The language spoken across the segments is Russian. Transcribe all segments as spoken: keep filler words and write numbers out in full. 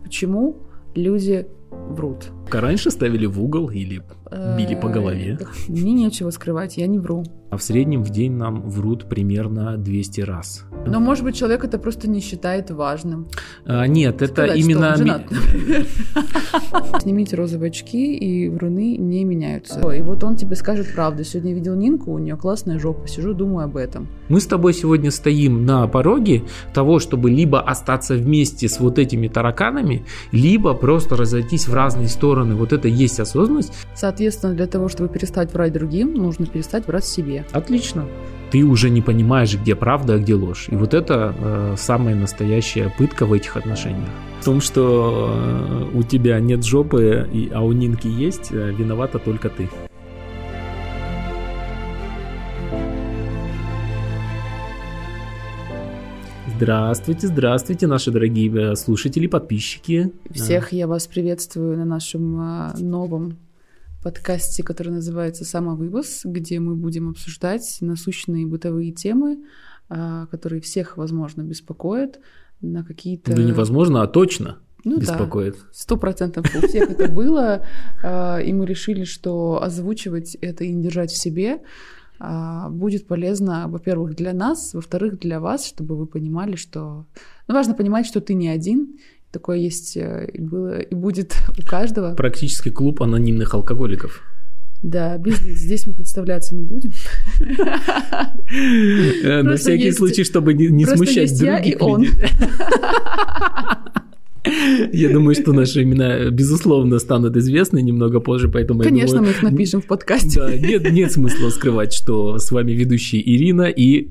почему люди врут. Раньше ставили в угол или били по голове. Мне нечего скрывать, я не вру. А в среднем в день нам врут примерно двести раз. Но, может быть, человек это просто не считает важным. А, нет, это Сказать, именно... что он женат, например. Снимите розовые очки, и вруны не меняются. И вот он тебе скажет правду. Сегодня я видел Нинку, у нее классная жопа. Сижу, думаю об этом. Мы с тобой сегодня стоим на пороге того, чтобы либо остаться вместе с вот этими тараканами, либо просто разойтись в разные стороны. Вот это и есть осознанность. Соответственно, для того, чтобы перестать врать другим, нужно перестать врать себе. Отлично. Ты уже не понимаешь, где правда, а где ложь. И вот это э, самая настоящая пытка в этих отношениях. В том, что э, у тебя нет жопы, и, а у Нинки есть, э, виновата только ты. Здравствуйте, здравствуйте, наши дорогие слушатели, подписчики. Всех я вас приветствую на нашем э, новом подкасте, который называется «Самовывоз», где мы будем обсуждать насущные бытовые темы, которые всех, возможно, беспокоят на какие-то... Да невозможно, а точно ну, беспокоит. Сто процентов у всех это было, и мы решили, что озвучивать это и не держать в себе будет полезно, во-первых, для нас, во-вторых, для вас, чтобы вы понимали, что... Ну, важно понимать, что ты не один. Такое есть и было, и будет у каждого. Практически клуб анонимных алкоголиков. Да, бизнес. Здесь мы представляться не будем. На всякий случай, чтобы не смущать других людей. Я думаю, что наши имена, безусловно, станут известны немного позже, поэтому... Конечно, мы их напишем в подкасте. Да, нет, нет смысла скрывать, что с вами ведущие Ирина и...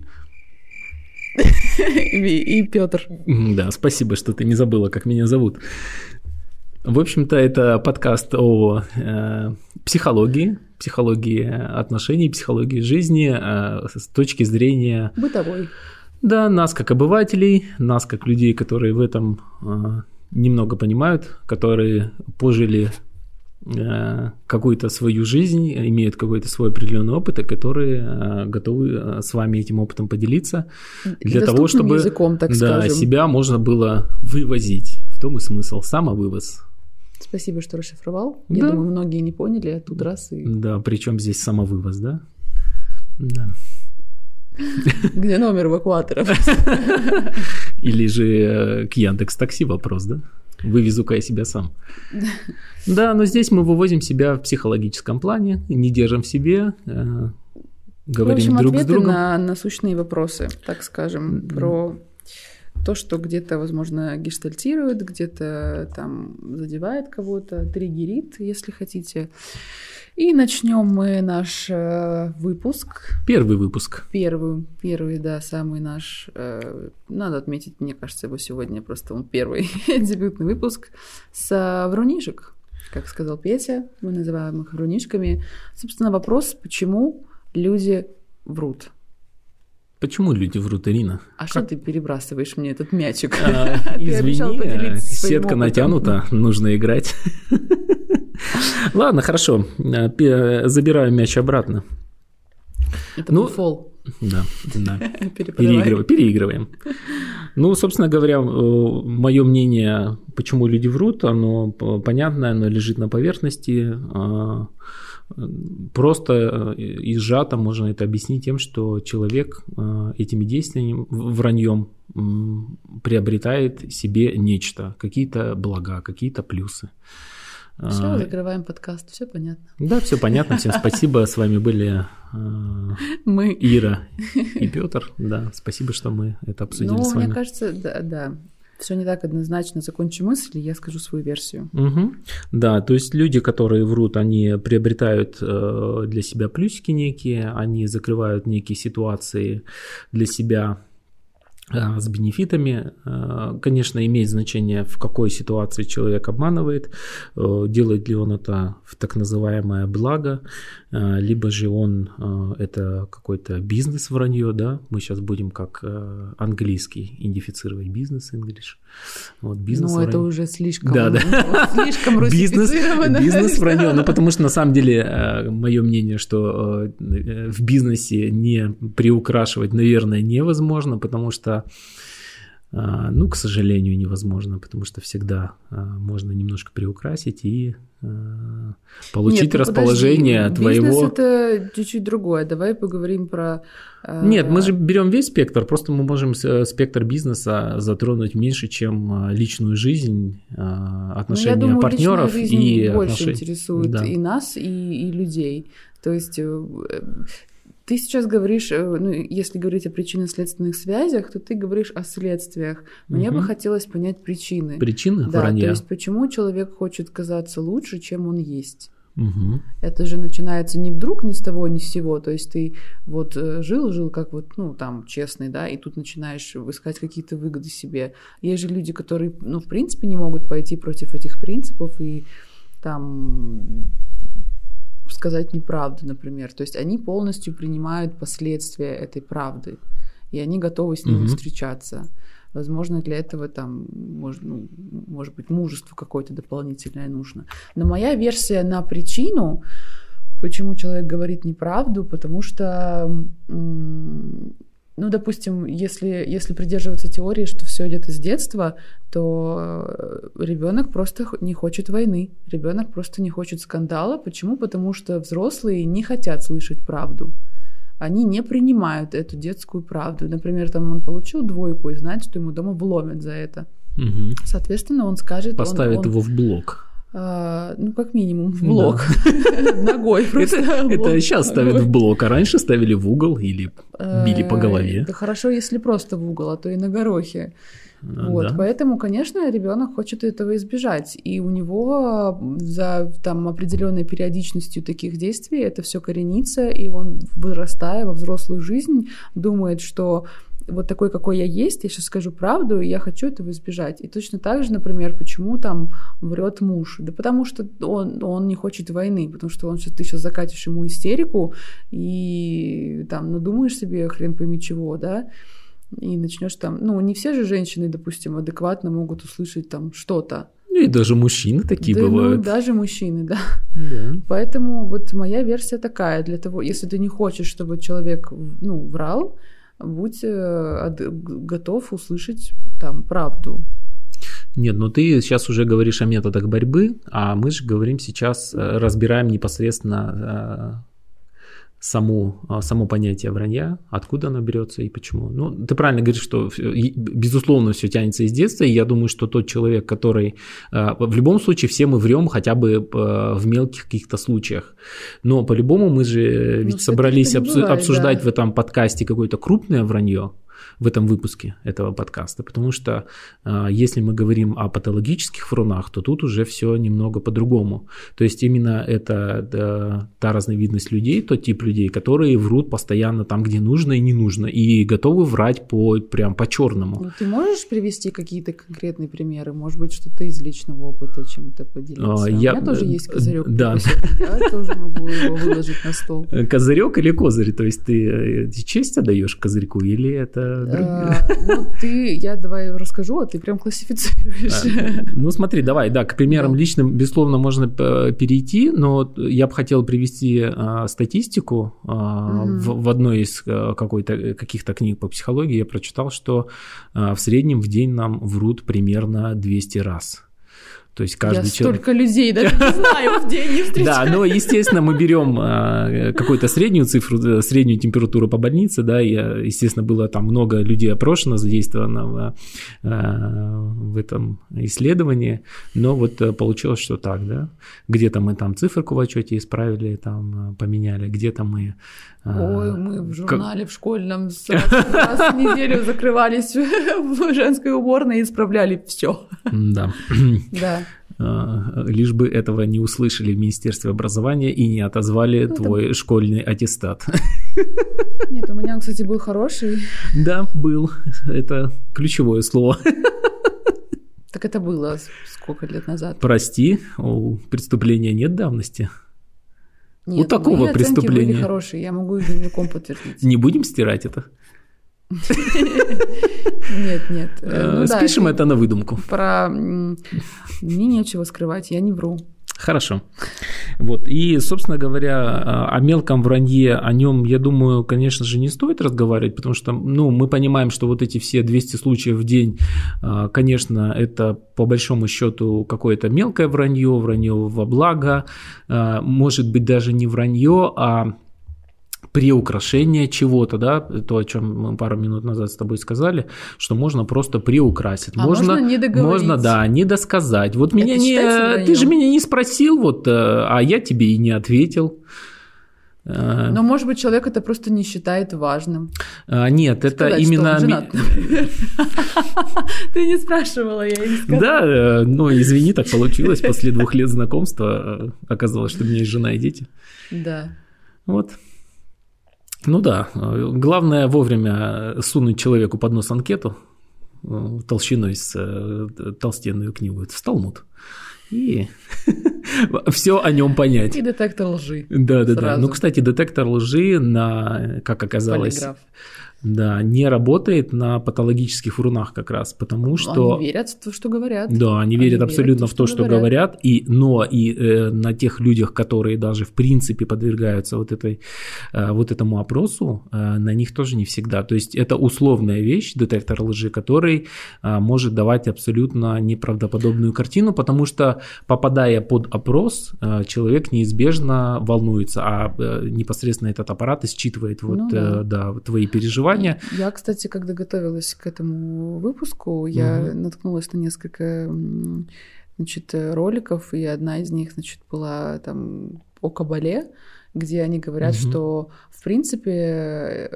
И, и Петр. Да, спасибо, что ты не забыла, как меня зовут. В общем-то, это подкаст о э, психологии, психологии отношений, психологии жизни э, с точки зрения... бытовой. Да, нас как обывателей, нас как людей, которые в этом э, немного понимают, которые пожили э, какую-то свою жизнь, имеют какой-то свой определенный опыт, и которые э, готовы с вами этим опытом поделиться для доступным того, чтобы языком, так да, скажем. себя можно было вывозить. В том и смысл, самовывоз. Спасибо, что расшифровал. Да. Я думаю, многие не поняли, а тут раз и... Да, причем здесь самовывоз, да? Да. Где номер эвакуатора? Или же к Яндекс.Такси вопрос, да? Вывезу-ка я себя сам. Да, но здесь мы вывозим себя в психологическом плане, не держим в себе, э, говорим в общем, друг с другом. на насущные вопросы, так скажем, mm-hmm. про то, что где-то, возможно, гештальтирует, где-то там задевает кого-то, триггерит, если хотите. И начнем мы наш э, выпуск. Первый выпуск. Первый, первый, да, самый наш. Э, надо отметить, мне кажется, его сегодня просто он первый дебютный выпуск с э, врунишек. Как сказал Петя, мы называем их врунишками. Собственно, вопрос, почему люди врут. Почему люди врут, Ирина? А что ты перебрасываешь мне этот мячик? А, извини, сетка натянута, нужно играть. Ладно, хорошо, забираю мяч обратно. Это ну, был фол. Да, да. Переигрываем, переигрываем. Ну, собственно говоря, мое мнение, почему люди врут, оно понятное, оно лежит на поверхности. Просто и сжато можно это объяснить тем, что человек этими действиями, враньем, приобретает себе нечто, какие-то блага, какие-то плюсы. Все, закрываем подкаст, все понятно. Да, все понятно, всем спасибо, с вами были мы. Ира и Петр, да, спасибо, что мы это обсудили ну, с вами. Мне кажется, да, да. Все не так однозначно. Закончу мысль, и я скажу свою версию. Угу. Да, то есть люди, которые врут, они приобретают э, для себя плюсики некие, они закрывают некие ситуации для себя э, с бенефитами. Э, конечно, имеет значение, в какой ситуации человек обманывает, э, делает ли он это в так называемое благо, э, либо же он э, это какой-то бизнес-вранье, да, мы сейчас будем как э, английский идентифицировать бизнес-инглиш. Вот, ну, это уже слишком, да, да. слишком русифицировано. Бизнес-вранье, ну, потому что на самом деле мое мнение, что в бизнесе не приукрашивать, наверное, невозможно, потому что ну, к сожалению, невозможно, потому что всегда можно немножко приукрасить и получить Нет, ну, расположение подожди, твоего... Бизнес – это чуть-чуть другое. Давай поговорим про... Нет, мы же берем весь спектр, просто мы можем спектр бизнеса затронуть меньше, чем личную жизнь, отношения ну, я думаю, партнеров личная жизнь и больше отношения... интересует да. и нас, и, и людей. То есть... Ты сейчас говоришь, ну, если говорить о причинно-следственных связях, то ты говоришь о следствиях. Мне угу. бы хотелось понять причины. Причины да, вранья. То есть почему человек хочет казаться лучше, чем он есть. Угу. Это же начинается не вдруг, ни с того, ни с сего. То есть ты вот жил-жил как вот, ну, там, честный, да, и тут начинаешь искать какие-то выгоды себе. Есть же люди, которые, ну, в принципе, не могут пойти против этих принципов и там... сказать неправду, например. То есть они полностью принимают последствия этой правды, и они готовы с ними mm-hmm. встречаться. Возможно, для этого там, может, ну, может быть, мужество какое-то дополнительное нужно. Но моя версия на причину, почему человек говорит неправду, потому что... М- Ну, допустим, если, если придерживаться теории, что все идет из детства, то ребенок просто не хочет войны, ребенок просто не хочет скандала. Почему? Потому что взрослые не хотят слышать правду. Они не принимают эту детскую правду. Например, там он получил двойку и знает, что ему дома вломят за это. Угу. Соответственно, он скажет... Поставит он, он, его в блок. А, ну, как минимум, в блок. Да. Ногой просто. Это, это сейчас ставят в блок, а раньше ставили в угол или били по голове. Да хорошо, если просто в угол, а то и на горохе. Вот, да. Поэтому, конечно, ребенок хочет этого избежать. И у него за там, определенной периодичностью таких действий это все коренится, и он, вырастая во взрослую жизнь, думает, что вот такой, какой я есть, я сейчас скажу правду, и я хочу этого избежать. И точно так же, например, почему там врет муж? Да потому что он, он не хочет войны, потому что он, ты сейчас закатишь ему истерику и там надумаешь себе хрен пойми чего, да, и начнешь там... Ну, не все же женщины, допустим, адекватно могут услышать там что-то. Ну, и даже мужчины такие да, бывают. Ну, даже мужчины, да. да. Поэтому вот моя версия такая. Для того, если ты не хочешь, чтобы человек, ну, врал, будь готов услышать там правду. Нет, ну ты сейчас уже говоришь о методах борьбы, а мы же говорим сейчас, разбираем непосредственно саму, само понятие вранья, откуда оно берется и почему. Ну, ты правильно говоришь, что безусловно все тянется из детства, и я думаю, что тот человек, который... В любом случае все мы врем хотя бы в мелких каких-то случаях, но по-любому мы же ведь ну, собрались обсу- бывает, обсуждать да. в этом подкасте какое-то крупное вранье, в этом выпуске этого подкаста, потому что э, если мы говорим о патологических врунах, то тут уже все немного по-другому. То есть именно это да, та разновидность людей, тот тип людей, которые врут постоянно там, где нужно и не нужно, и готовы врать по, прям по-черному. Ну, ты можешь привести какие-то конкретные примеры? Может быть, что-то из личного опыта чем-то поделиться? А, я... У меня тоже есть козырек. Да. Я тоже могу его выложить на стол. Козырек или козырь? То есть ты честь отдаешь козырьку или это... А, ну, ты, я давай расскажу, а ты прям классифицируешь. А, ну, смотри, давай, да, к примерам да. личным, безусловно, можно перейти, но я бы хотел привести а, статистику. А, mm-hmm. в, в одной из а, какой-то, каких-то книг по психологии я прочитал, что а, в среднем в день нам врут примерно двести раз. То есть каждый я человек... столько людей даже не знаю, в день не встречаю. Да, но, естественно, мы берем а, какую-то среднюю цифру, среднюю температуру по больнице, да, и, естественно, было там много людей опрошено, задействовано в, а, в этом исследовании, но вот получилось, что так, да, где-то мы там циферку в отчете исправили, там поменяли, где-то мы... Ой, мы в журнале, как... в школьном раз, раз в неделю закрывались в женской уборной и исправляли все. Да. Да. Лишь бы этого не услышали в Министерстве образования и не отозвали ну, твой это... школьный аттестат. Нет, у меня он, кстати, был хороший. Да, был. Это ключевое слово. Так это было сколько лет назад? Прости, у преступления нет давности. Нет, у такого мои преступления. Оценки были хорошие, я могу их дневником подтвердить. Не будем стирать это? Нет, нет. Ну, Спишем да, это на выдумку. Про... Мне нечего скрывать, я не вру. Хорошо. Вот. И, собственно говоря, о мелком вранье, о нем, я думаю, конечно же, не стоит разговаривать, потому что, ну, мы понимаем, что вот эти все двести случаев в день, конечно, это по большому счету какое-то мелкое вранье, вранье во благо, может быть, даже не вранье, а приукрашение чего-то, да, то, о чем мы пару минут назад с тобой сказали, что можно просто приукрасить. А можно, можно не договорить. Можно, да, не досказать. Вот Это меня не, враньем? ты же меня не спросил, вот, а я тебе и не ответил. Но, может быть, человек это просто не считает важным. А, нет, Сказать, это именно... Ты не спрашивала, я не сказала. Да, ну, извини, так получилось. После двух лет знакомства оказалось, что у меня есть жена и дети. Да. Вот. Ну да, главное вовремя сунуть человеку под нос анкету толщиной с толстенную книгу, в Талмуд, и все о нем понять. И детектор лжи. Да, да, да. Ну, кстати, детектор лжи на, как оказалось, полиграф. Да, не работает на патологических врунах как раз, потому что... Они верят в то, что говорят. Да, они, они верят абсолютно верят в то, что, что говорят. говорят, и, но и э, на тех людях, которые даже в принципе подвергаются вот, этой, э, вот этому опросу, э, на них тоже не всегда. То есть это условная вещь, детектор лжи, который э, может давать абсолютно неправдоподобную картину, потому что, попадая под опрос, э, человек неизбежно волнуется, а э, непосредственно этот аппарат считывает вот, ну, да. Э, да, твои переживания. Я, кстати, когда готовилась к этому выпуску, я угу. наткнулась на несколько, значит, роликов, и одна из них, значит, была там о Кабале, где они говорят, угу. что, в принципе,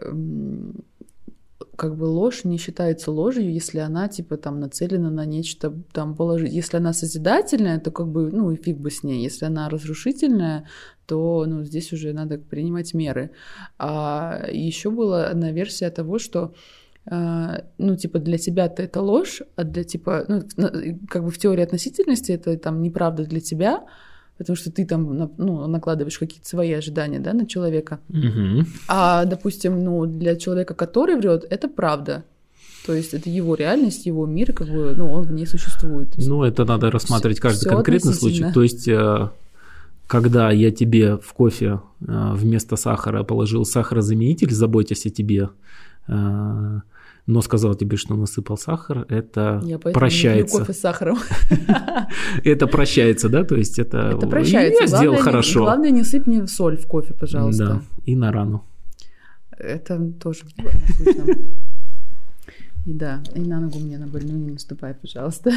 как бы ложь не считается ложью, если она, типа, там, нацелена на нечто там положить. Если она созидательная, то, как бы, ну, и фиг бы с ней. Если она разрушительная, то, ну, здесь уже надо принимать меры. А еще была одна версия того, что, э, ну, типа, для тебя-то это ложь, а для, типа, ну, как бы в теории относительности это, там, неправда для тебя, потому что ты там, ну, накладываешь какие-то свои ожидания, да, на человека. Угу. А, допустим, ну, для человека, который врет, это правда. То есть это его реальность, его мир, как бы, ну, он в ней существует. Есть, ну, это надо рассматривать каждый конкретный случай. То есть, когда я тебе в кофе вместо сахара положил сахарозаменитель, заботясь о тебе, но сказал тебе, что насыпал сахар, это я прощается. Я кофе с сахаром. Это прощается, да? То есть это... Это прощается. Я сделал хорошо. Главное, не сыпь мне соль в кофе, пожалуйста. Да, и на рану. Это тоже слышно. И да, и на ногу мне на больную не наступай, пожалуйста.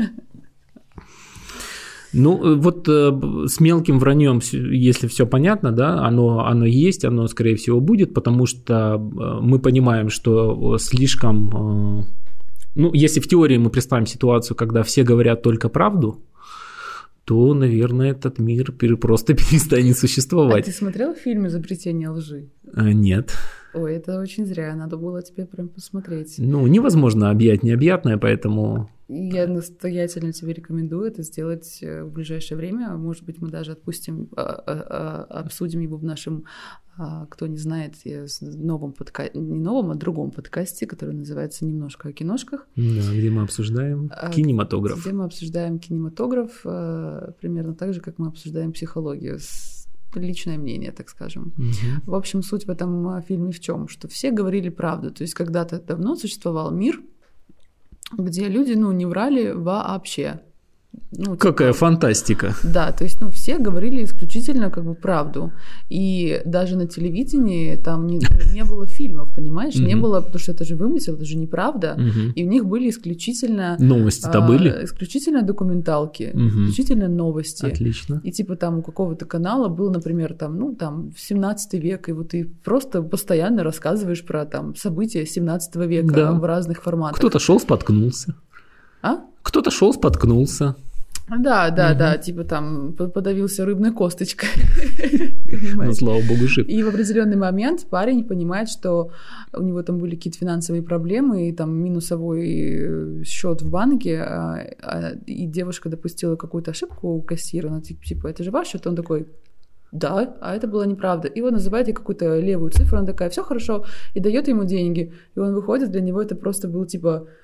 Ну, вот э, с мелким враньем, если все понятно, да, оно, оно есть, оно, скорее всего, будет, потому что э, мы понимаем, что слишком... Э, ну, если в теории мы представим ситуацию, когда все говорят только правду, то, наверное, этот мир просто перестанет существовать. А ты смотрел фильм «Изобретение лжи»? Э, нет. Ой, это очень зря, надо было тебе прям посмотреть. Ну, невозможно объять необъятное, поэтому... Я настоятельно тебе рекомендую это сделать в ближайшее время. Может быть, мы даже отпустим, обсудим его в нашем, кто не знает, новом подкасте, не новом, а другом подкасте, который называется «Немножко о киношках». Да, где мы обсуждаем кинематограф. Где мы обсуждаем кинематограф примерно так же, как мы обсуждаем психологию. Личное мнение, так скажем. Угу. В общем, суть в этом фильме в чем? Что все говорили правду. То есть когда-то давно существовал мир, где люди, ну, не врали вообще. Ну, какая типа, фантастика. Да, то есть, ну, все говорили исключительно как бы правду. И даже на телевидении там не, не было фильмов, понимаешь? Mm-hmm. Не было, потому что это же вымысел, это же неправда. Mm-hmm. И у них были исключительно... Новости-то а, были? Исключительно документалки, mm-hmm. исключительно новости. Отлично. И типа там у какого-то канала был, например, там, ну, там, семнадцатый век, и вот ты просто постоянно рассказываешь про там события семнадцатого века, да, в разных форматах. Кто-то шел, споткнулся. А? Кто-то шел, споткнулся. Да, да, угу. да, типа там подавился рыбной косточкой. Ну, слава богу, жив. И в определенный момент парень понимает, что у него там были какие-то финансовые проблемы, и там минусовой счет в банке, и девушка допустила какую-то ошибку у кассира, она типа, это же ваш счет? Он такой... Да, а это была неправда. И он называет ей какую-то левую цифру, она такая, все хорошо, и дает ему деньги. И он выходит, для него это просто был типа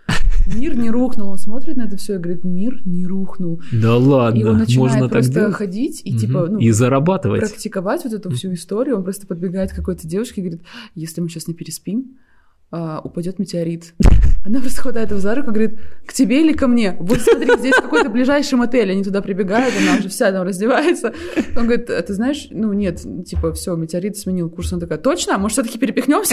Мир не рухнул. Он смотрит на это все и говорит, мир не рухнул. Да ладно, и он начинает можно просто так ходить и, угу. типа, ну, и зарабатывать. Практиковать вот эту всю историю. Он просто подбегает к какой-то девушке и говорит, если мы сейчас не переспим, Uh, упадет метеорит. Она просто хватает его за руку и говорит, к тебе или ко мне? Вот смотри, здесь какой-то ближайший мотель. Они туда прибегают, она уже вся там раздевается. Он говорит, а ты знаешь, ну нет, типа, все, метеорит сменил курс. Она такая, точно? Может, все-таки перепихнемся?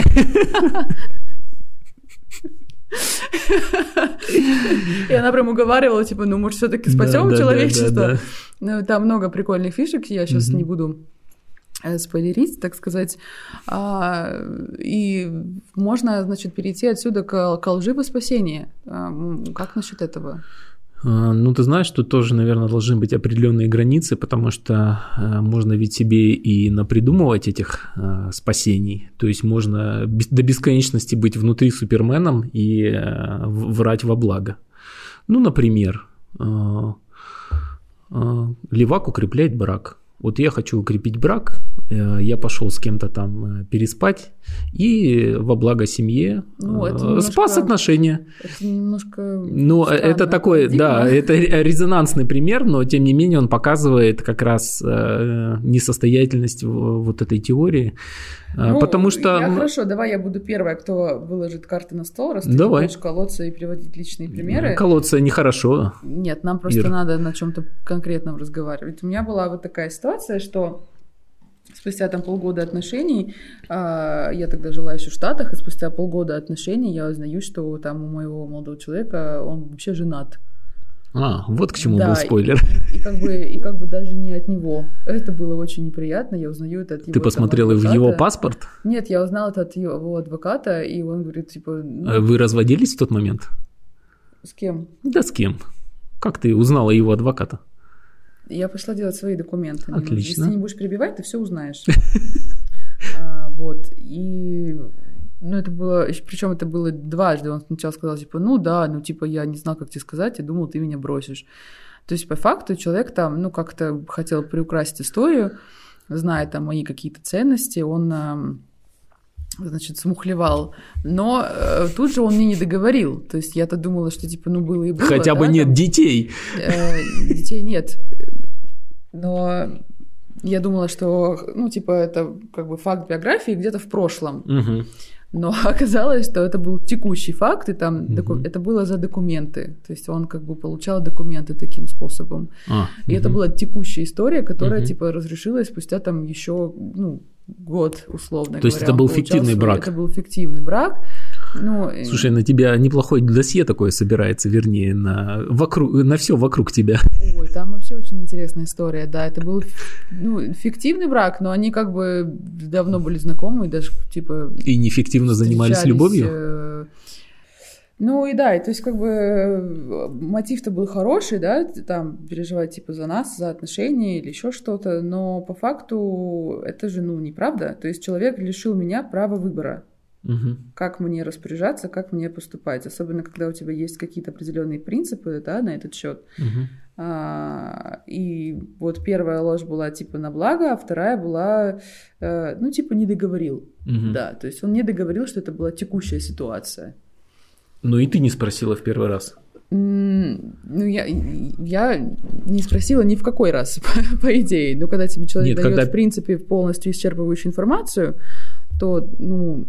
И она прям уговаривала, типа, ну, может, все-таки спасем человечество. Там много прикольных фишек, я сейчас не буду спойлерить, так сказать, а, и можно, значит, перейти отсюда к, к лжи во спасение. А, как насчет этого? Ну, ты знаешь, тут тоже, наверное, должны быть определенные границы, потому что э, можно ведь себе и напридумывать этих э, спасений. То есть можно без, до бесконечности быть внутри Суперменом и э, врать во благо. Ну, например, э, э, левак укрепляет брак. Вот я хочу укрепить брак, я пошел с кем-то там переспать, и во благо семье ну, немножко, спас отношения. Это немножко Ну, это такой, парадигма. Да, это резонансный пример, но тем не менее он показывает как раз несостоятельность вот этой теории. Ну, потому что... Я, хорошо, давай я буду первая, кто выложит карты на стол, раз ты давай. Будешь колоться и приводить личные примеры. Колоться нехорошо. Нет, нам просто Ир. надо на чем-то конкретном разговаривать. У меня была вот такая ситуация, что спустя там полгода отношений, э, я тогда жила еще в Штатах, и спустя полгода отношений я узнаю, что там у моего молодого человека он вообще женат. А, вот к чему да, был спойлер. И, и, как бы, и как бы даже не от него. Это было очень неприятно, я узнаю это от его. Ты посмотрела в его паспорт? Нет, я узнала это от его адвоката, и он говорит, типа... Ну, вы разводились в тот момент? С кем? Да с кем. Как ты узнала его адвоката? Я пошла делать свои документы. Отлично. Если ты не будешь перебивать, ты все узнаешь. Вот, и... Ну, это было, причем это было дважды. Он сначала сказал, типа, ну да, ну, типа, я не знал, как тебе сказать, я думал, ты меня бросишь. То есть, по факту, человек там, ну, как-то хотел приукрасить историю, зная там мои какие-то ценности, он, значит, смухлевал. Но э, тут же он мне не договорил. То есть, я-то думала, что, типа, ну, было и было. Хотя да, бы нет там, детей. Э, детей нет. Но... Я думала, что, ну, типа, это как бы факт биографии где-то в прошлом. Угу. Но оказалось, что это был текущий факт, и там угу. доку... это было за документы. То есть он как бы получал документы таким способом. А, и угу. это была текущая история, которая, угу. типа, разрешилась спустя там еще, ну, год, условно говоря. То есть это был фиктивный свой... брак? Это был фиктивный брак. Ну, слушай, на тебя неплохое досье такое собирается, вернее, на, вокруг, на все вокруг тебя. Ой, там вообще очень интересная история, да, это был ну, фиктивный брак, но они как бы давно были знакомы, и даже типа... И неэффективно занимались любовью? Э... Ну и да, и, то есть как бы мотив-то был хороший, да, там переживать типа за нас, за отношения или еще что-то, но по факту это же, ну, неправда, то есть человек лишил меня права выбора. Угу. Как мне распоряжаться, как мне поступать, особенно когда у тебя есть какие-то определенные принципы, да, на этот счет. Угу. А, и вот первая ложь была типа на благо, а вторая была, э, ну типа не договорил, угу. да, то есть он не договорил, что это была текущая ситуация. Ну и ты не спросила в первый раз? Mm, ну я, я не спросила ни в какой раз, по, по идее, но когда тебе человек Нет, дает когда... в принципе полностью исчерпывающую информацию, то, ну...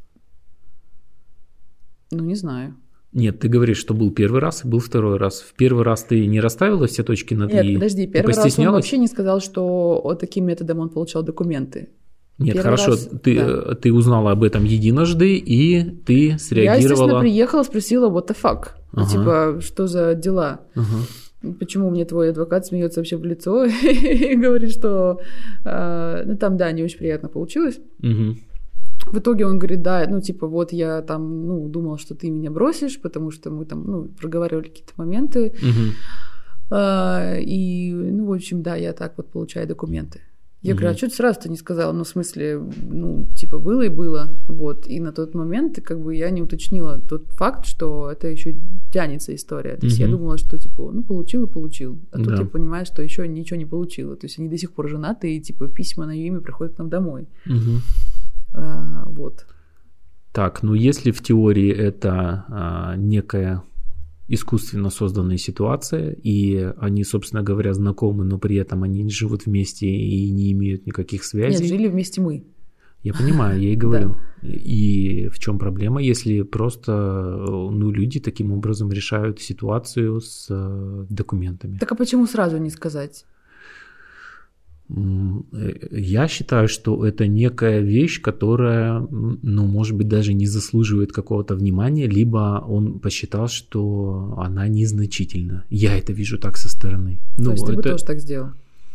Ну, не знаю. Нет, ты говоришь, что был первый раз и был второй раз. В первый раз ты не расставила все точки над «и»? Нет, подожди, первый раз он вообще не сказал, что вот таким методом он получал документы. Нет, первый хорошо, раз, ты, да. ты узнала об этом единожды, и ты среагировала... Я, естественно, приехала, спросила, what the fuck? Ага. Типа, что за дела? Ага. Почему мне твой адвокат смеется вообще в лицо и говорит, что... Ну, там, да, не очень приятно получилось. Угу. В итоге он говорит, да, ну, типа, вот я там, ну, думал, что ты меня бросишь, потому что мы там, ну, проговаривали какие-то моменты. Uh-huh. А, и, ну, в общем, да, я так вот получаю документы. Я uh-huh. говорю, а что ты сразу-то не сказала? Ну, в смысле, ну, типа, было и было. Вот. И на тот момент, как бы, я не уточнила тот факт, что это еще тянется история. То есть uh-huh. я думала, что, типа, ну, получил и получил. А тут да. я понимаю, что еще ничего не получила. То есть они до сих пор женаты, и, типа, письма на ее имя приходят к нам домой. Uh-huh. А, вот. Так, ну если в теории это а, некая искусственно созданные ситуации, и они, собственно говоря, знакомы, но при этом они не живут вместе и не имеют никаких связей. Нет, жили вместе мы. Я понимаю, я и говорю. Да. И в чем проблема, если просто ну, люди таким образом решают ситуацию с документами? Так а почему сразу не сказать? Я считаю, что это некая вещь, которая, ну, может быть, даже не заслуживает какого-то внимания, либо он посчитал, что она незначительна. Я это вижу так со стороны. То ну, есть ты это... бы тоже так сделал?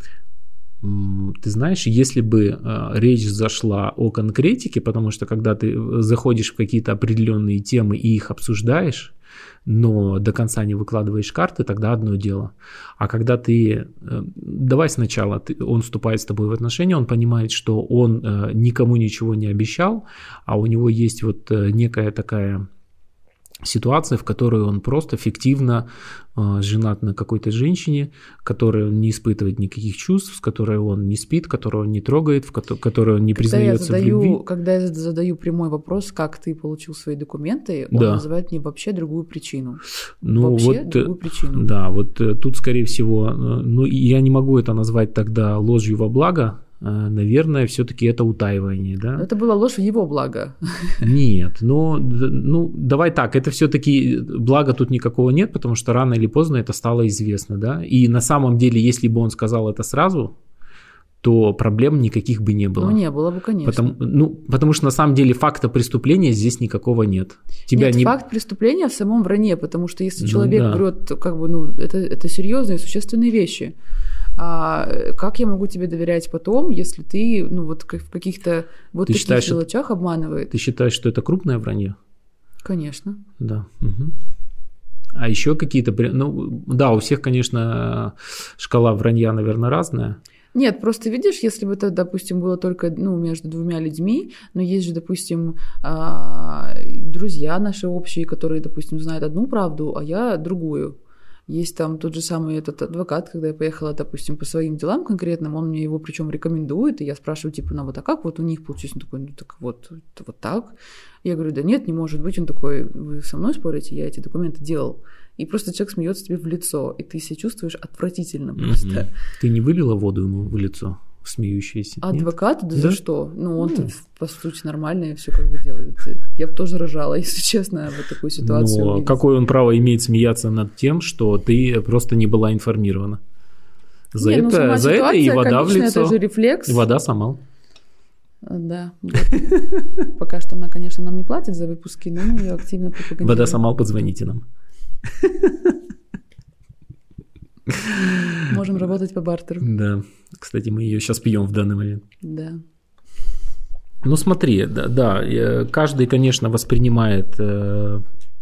Ты знаешь, если бы э, речь зашла о конкретике, потому что когда ты заходишь в какие-то определенные темы и их обсуждаешь, но до конца не выкладываешь карты, тогда одно дело. А когда ты... Э, давай сначала, ты, он вступает с тобой в отношения, он понимает, что он э, никому ничего не обещал, а у него есть вот э, некая такая... ситуация, в которой он просто фиктивно э, женат на какой-то женщине, которая не испытывает никаких чувств, с которой он не спит, которую он не трогает, в ко- которой он не когда признается задаю, в любви. Когда я задаю прямой вопрос, как ты получил свои документы, он да. называет мне вообще другую причину. Ну, вообще вот, другую причину. Да, вот тут, скорее всего, ну, я не могу это назвать тогда ложью во благо. Наверное, все-таки это утаивание, да? Это была ложь в его благо. Нет, но, ну, давай так, это все-таки блага тут никакого нет, потому что рано или поздно это стало известно, да? И на самом деле, если бы он сказал это сразу, то проблем никаких бы не было. Ну, не было бы, конечно. Потому, ну, потому что на самом деле факта преступления здесь никакого нет. Тебя нет, не... факт преступления в самом вранье, потому что если ну, человек да. врет, как бы, ну, это, это серьезные, существенные вещи. А как я могу тебе доверять потом, если ты, ну, вот в каких-то вот ты таких считаешь, мелочах обманывает? Ты считаешь, что это крупное вранье? Конечно. Да. Угу. А еще какие-то... Ну, да, у всех, конечно, шкала вранья, наверное, разная. Нет, просто видишь, если бы это, допустим, было только, ну, между двумя людьми, но есть же, допустим, друзья наши общие, которые, допустим, знают одну правду, а я другую. Есть там тот же самый этот адвокат, когда я поехала, допустим, по своим делам конкретным, он мне его причем рекомендует, и я спрашиваю, типа, ну вот а как вот у них получилось? Он такой, ну так вот, вот так. Я говорю, да нет, не может быть. Он такой, вы со мной спорите, я эти документы делал. И просто человек смеется тебе в лицо, и ты себя чувствуешь отвратительно просто. Mm-hmm. Ты не вылила воду ему в лицо? Смеющийся. Адвокату? Да, да за что? Ну, он-то, mm. по сути, нормально все как бы делает. Я бы тоже рожала, если честно, вот такую ситуацию. Но какое он право имеет смеяться над тем, что ты просто не была информирована? За не, это, ну, за это и вода в лицо. Это же рефлекс. И вода сама. Да. Пока что она, конечно, нам не платит за выпуски, но мы ее активно пропагандируем. Вода сама, позвоните нам. Можем работать по бартеру. Да. Кстати, мы ее сейчас пьем в данный момент. Да. Ну смотри, да, да, каждый, конечно, воспринимает э,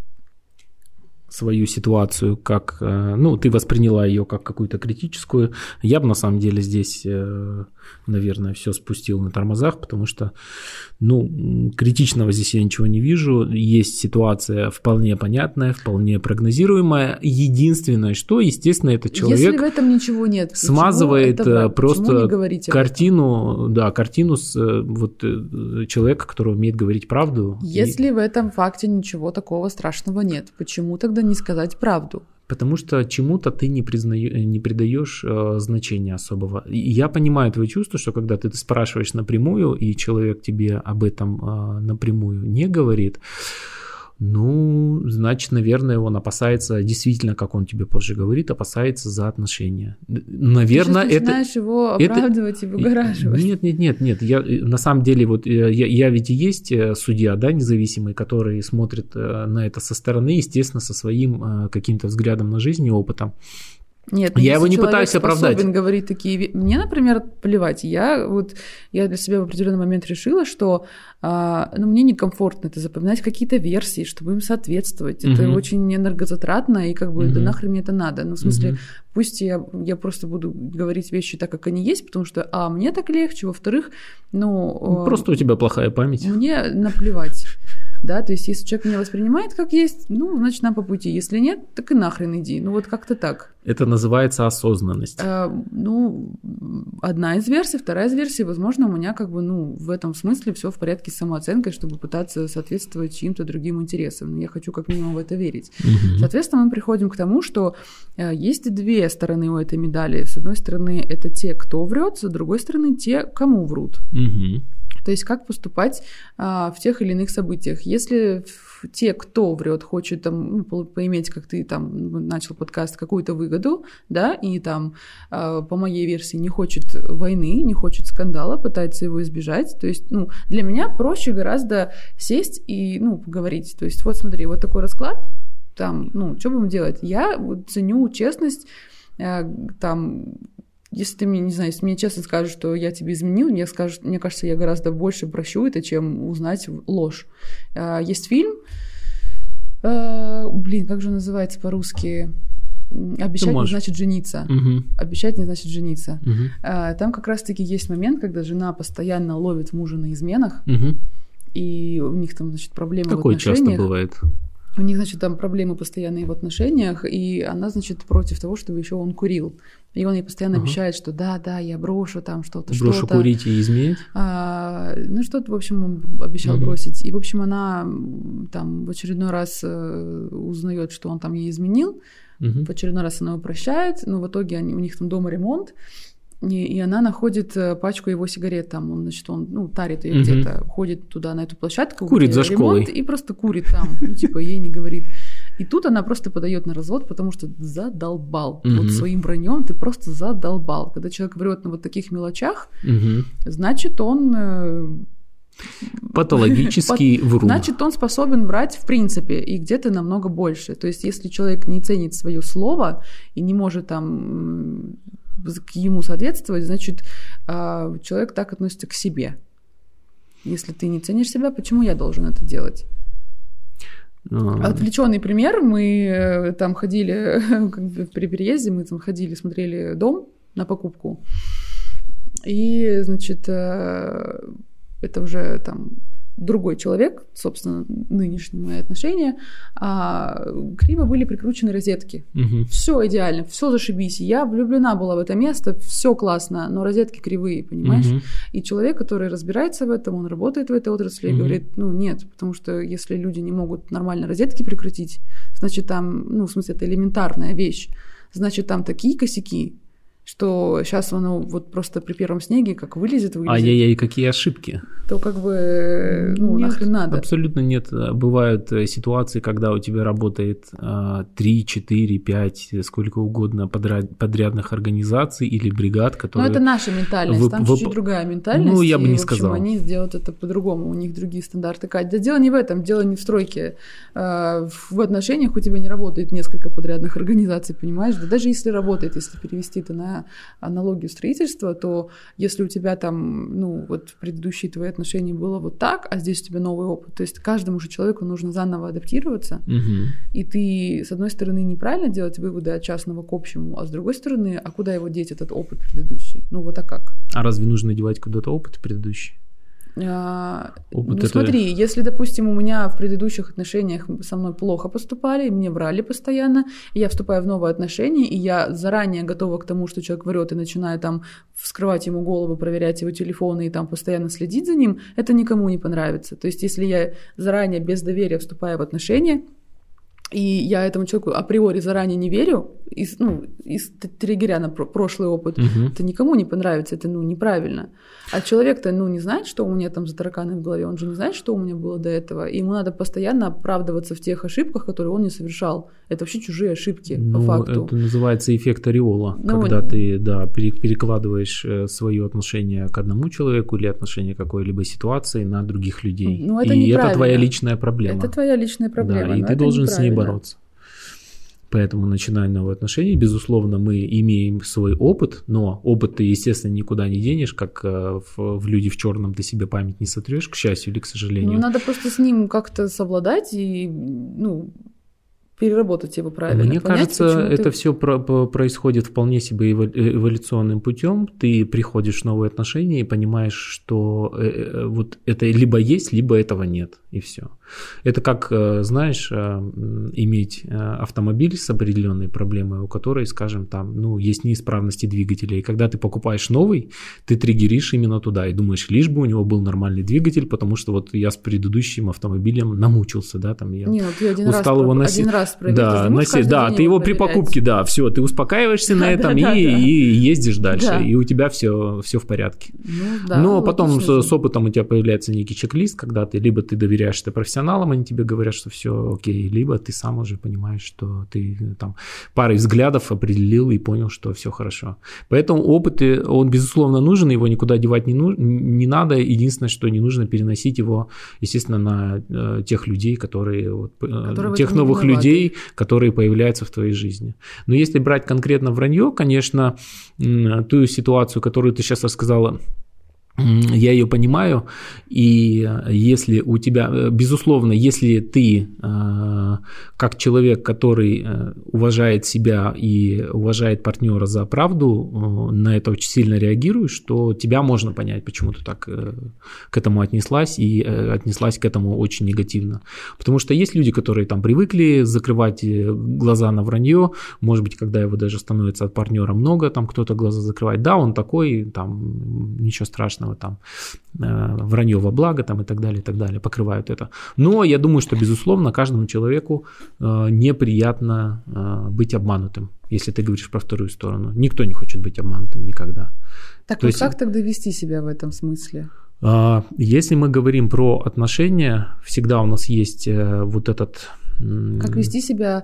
свою ситуацию как, э, ну, ты восприняла ее как какую-то критическую. Я бы на самом деле здесь, э, наверное, все спустил на тормозах, потому что, ну, критичного здесь я ничего не вижу. Есть ситуация вполне понятная, вполне прогнозируемая. Единственное, что, естественно, этот человек Если в этом ничего нет, смазывает это, просто картину, да, картину с вот человека, который умеет говорить правду. Если и... в этом факте ничего такого страшного нет, почему тогда не сказать правду? Потому что чему-то ты не, признаю, не придаешь э, значения особого. И я понимаю твое чувство, что когда ты спрашиваешь напрямую, и человек тебе об этом э, напрямую не говорит, ну, значит, наверное, он опасается, действительно, как он тебе позже говорит, опасается за отношения. Наверное, ты это... Ты начинаешь его оправдывать это, и выгораживать. Нет, нет, нет, нет. Я, на самом деле, вот я, я ведь и есть судья, да, независимый, который смотрит на это со стороны, естественно, со своим каким-то взглядом на жизнь и опытом. Нет, я его не пытаюсь оправдать. Способен говорить такие вещи. Мне, например, плевать. Я вот я для себя в определенный момент решила, что а, ну, мне некомфортно это запоминать какие-то версии, чтобы им соответствовать. Uh-huh. Это очень энергозатратно, и как бы uh-huh. да нахрен мне это надо. Ну, в смысле, uh-huh. пусть я, я просто буду говорить вещи так, как они есть, потому что, а, мне так легче, во-вторых, ну... Просто у тебя плохая память. Мне наплевать. да, то есть если человек меня воспринимает как есть, ну, значит, нам по пути, если нет, так и нахрен иди, ну, вот как-то так. Это называется осознанность. А, ну, одна из версий, вторая из версий, возможно, у меня как бы, ну, в этом смысле все в порядке с самооценкой, чтобы пытаться соответствовать чьим-то другим интересам, но я хочу как минимум в это верить. Угу. Соответственно, мы приходим к тому, что есть две стороны у этой медали. С одной стороны, это те, кто врет, с другой стороны, те, кому врут. Угу. То есть как поступать а, в тех или иных событиях. Если те, кто врет, хочет там, ну, поиметь, как ты там начал подкаст, какую-то выгоду, да, и там, а, по моей версии, не хочет войны, не хочет скандала, пытается его избежать, то есть, ну, для меня проще гораздо сесть и, ну, поговорить. То есть вот смотри, вот такой расклад, там, ну, что будем делать? Я вот ценю честность, а, там... Если ты мне, не знаю, если мне честно скажешь, что я тебе изменил, мне, скажут, мне кажется, я гораздо больше прощу это, чем узнать ложь. Есть фильм, блин, как же он называется по-русски? «Обещать не значит жениться». Угу. «Обещать не значит жениться». Угу. Там как раз-таки есть момент, когда жена постоянно ловит мужа на изменах, угу. и у них там, значит, проблемы Такое в отношениях. Такое часто бывает. У них, значит, там проблемы постоянные в отношениях, и она, значит, против того, чтобы еще он курил. И он ей постоянно ага. обещает, что да, да, я брошу там что-то, брошу что-то. Брошу курить и изменять? А, ну, что-то, в общем, он обещал угу. бросить. И, в общем, она там в очередной раз узнает, что он там ей изменил. Угу. В очередной раз она его прощает, но в итоге они, у них там дома ремонт. И, и она находит пачку его сигарет, там, он, значит, он, ну, тарит ее угу. где-то, ходит туда, на эту площадку, курит за школой. И просто курит там, ну, типа, ей не говорит. И тут она просто подает на развод, потому что задолбал. Угу. Вот своим враньем ты просто задолбал. Когда человек врет на вот таких мелочах, угу. значит, он... Патологический врун. Значит, он способен врать в принципе и где-то намного больше. То есть, если человек не ценит свое слово и не может там... к ему соответствовать, значит, человек так относится к себе. Если ты не ценишь себя, почему я должен это делать? А... Отвлеченный пример. Мы там ходили, как бы при переезде, мы там ходили, смотрели дом на покупку. И, значит, это уже там другой человек, собственно, нынешние мои отношения, а криво были прикручены розетки. Угу. Все идеально, все зашибись. Я влюблена была в это место, все классно, но розетки кривые, понимаешь? Угу. И человек, который разбирается в этом, он работает в этой отрасли, угу. и говорит, ну нет, потому что если люди не могут нормально розетки прикрутить, значит там, ну в смысле это элементарная вещь, значит там такие косяки, что сейчас оно вот просто при первом снеге как вылезет, вылезет. Ай-яй-яй, какие ошибки. То как бы, ну, нет, нахрен надо. Абсолютно нет. Бывают ситуации, когда у тебя работает три, четыре, пять, сколько угодно подряд, подрядных организаций или бригад, которые... Но это наша ментальность, там вып... чуть-чуть другая ментальность. Ну, я бы не и, в общем, сказал. Они сделают это по-другому, у них другие стандарты. Кать, да дело не в этом, дело не в стройке. В отношениях у тебя не работает несколько подрядных организаций, понимаешь? Да даже если работает, если перевести это на аналогию строительства, то если у тебя там, ну, вот в предыдущие твои отношения было вот так, а здесь у тебя новый опыт, то есть каждому же человеку нужно заново адаптироваться, угу. и ты, с одной стороны, неправильно делать выводы от частного к общему, а с другой стороны, а куда его деть, этот опыт предыдущий? Ну, вот а как? А разве нужно девать куда-то опыт предыдущий? А, ну это... смотри, если, допустим, у меня в предыдущих отношениях со мной плохо поступали, мне врали постоянно, и я вступаю в новые отношения, и я заранее готова к тому, что человек врет, и начинаю там вскрывать ему голову, проверять его телефон и там постоянно следить за ним, это никому не понравится. То есть если я заранее без доверия вступаю в отношения, и я этому человеку априори заранее не верю, из, ну, из триггеря на прошлый опыт, угу. это никому не понравится, это, ну, неправильно. А человек-то, ну, не знает, что у меня там за тараканы в голове, он же не знает, что у меня было до этого, и ему надо постоянно оправдываться в тех ошибках, которые он не совершал. Это вообще чужие ошибки, ну, по факту. Это называется эффект ореола, ну, когда ты, да, перекладываешь свое отношение к одному человеку или отношение к какой-либо ситуации на других людей. Ну, это и это твоя личная проблема. Это твоя личная проблема. Да, и ты должен с ней бороться. Поэтому, начиная новые отношения, безусловно, мы имеем свой опыт, но опыт ты, естественно, никуда не денешь, как в, в «Люди в черном» ты себе память не сотрешь, к счастью или к сожалению. Ну, надо просто с ним как-то совладать и, ну, переработать его правильно. Мне понять, кажется, это ты... все про- про- происходит вполне себе эволюционным путем. Ты приходишь в новые отношения и понимаешь, что э, вот это либо есть, либо этого нет, и все. Это как, знаешь, иметь автомобиль с определенной проблемой, у которой, скажем, там, ну, есть неисправности двигателя. И когда ты покупаешь новый, ты триггеришь именно туда и думаешь, лишь бы у него был нормальный двигатель, потому что вот я с предыдущим автомобилем намучился, да, там я Не, ну, ты один устал раз его про... носить. Один раз проверить, да, ты носи... да, ты его при покупке, да, все, ты успокаиваешься на этом и, и ездишь дальше, и у тебя все, все в порядке. Ну, да, но потом с, с опытом у тебя появляется некий чек-лист, когда ты либо ты доверяешь, что ты профессионалам, они тебе говорят, что все окей, либо ты сам уже понимаешь, что ты там парой взглядов определил и понял, что все хорошо. Поэтому опыт, он безусловно нужен, его никуда девать не, ну, не надо. Единственное, что не нужно переносить его, естественно, на э, тех людей, которые, вот, которые тех новых людей, которые появляются в твоей жизни. Но если брать конкретно вранье, конечно, ту ситуацию, которую ты сейчас рассказала, я ее понимаю, и если у тебя, безусловно, если ты как человек, который уважает себя и уважает партнера за правду, на это очень сильно реагируешь, то тебя можно понять, почему ты так к этому отнеслась и отнеслась к этому очень негативно. Потому что есть люди, которые там привыкли закрывать глаза на вранье, может быть, когда его даже становится от партнера много, там кто-то глаза закрывает, да, он такой, там ничего страшного, там вранье во благо там, и так далее, и так далее, покрывают это. Но я думаю, что, безусловно, каждому человеку неприятно быть обманутым, если ты говоришь про вторую сторону. Никто не хочет быть обманутым никогда. Так То вот есть... как тогда вести себя в этом смысле? Если мы говорим про отношения, всегда у нас есть вот этот... Как вести себя?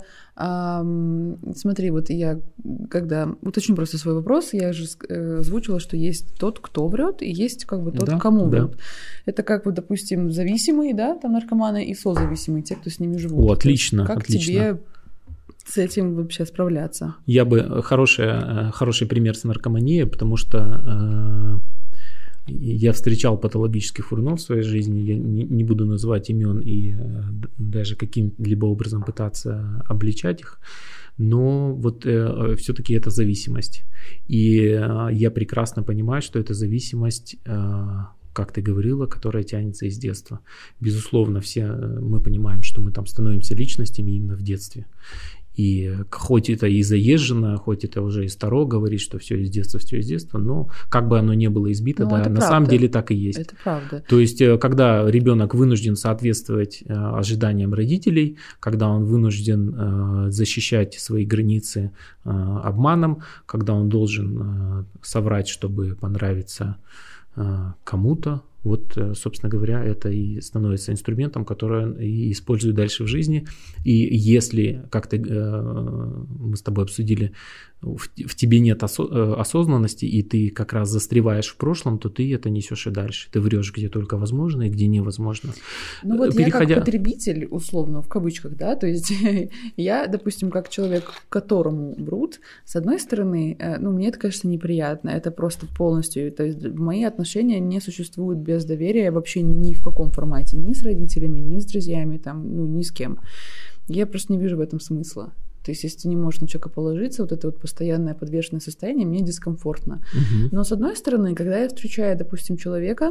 Смотри, вот я, когда уточню просто свой вопрос, я же озвучила, что есть тот, кто врет, и есть как бы тот, да, кому да. врет. Это как вот, допустим, зависимые, да, там наркоманы, и созависимые, те, кто с ними живут. О, отлично, как отлично. тебе с этим вообще справляться? Я бы хороший, хороший пример с наркоманией, потому что я встречал патологических врунов в своей жизни, я не, не буду называть имен и э, даже каким-либо образом пытаться обличать их, но вот э, все-таки это зависимость. И э, я прекрасно понимаю, что это зависимость, э, как ты говорила, которая тянется из детства. Безусловно, все мы понимаем, что мы там становимся личностями именно в детстве. И хоть это и заезжено, хоть это уже и старо говорит, что все из детства, все из детства, но как бы оно ни было избито, ну, да, на правда. Самом деле так и есть. Это правда. То есть, когда ребенок вынужден соответствовать ожиданиям родителей, когда он вынужден защищать свои границы обманом, когда он должен соврать, чтобы понравиться кому-то, вот, собственно говоря, это и становится инструментом, который он и использует дальше в жизни. И если, как ты, мы с тобой обсудили, в, в тебе нет осо- осознанности, и ты как раз застреваешь в прошлом, то ты это несешь и дальше. Ты врешь где только возможно и где невозможно. Ну вот Переходя... я как потребитель, условно, в кавычках, да, то есть я, допустим, как человек, которому врут, с одной стороны, ну, мне это, конечно, неприятно, это просто полностью, то есть мои отношения не существуют без доверия вообще ни в каком формате, ни с родителями, ни с друзьями, там, ну, ни с кем. Я просто не вижу в этом смысла. То есть, если ты не можешь на человека положиться, вот это вот постоянное подвешенное состояние, мне дискомфортно. Uh-huh. Но, с одной стороны, когда я встречаю, допустим, человека,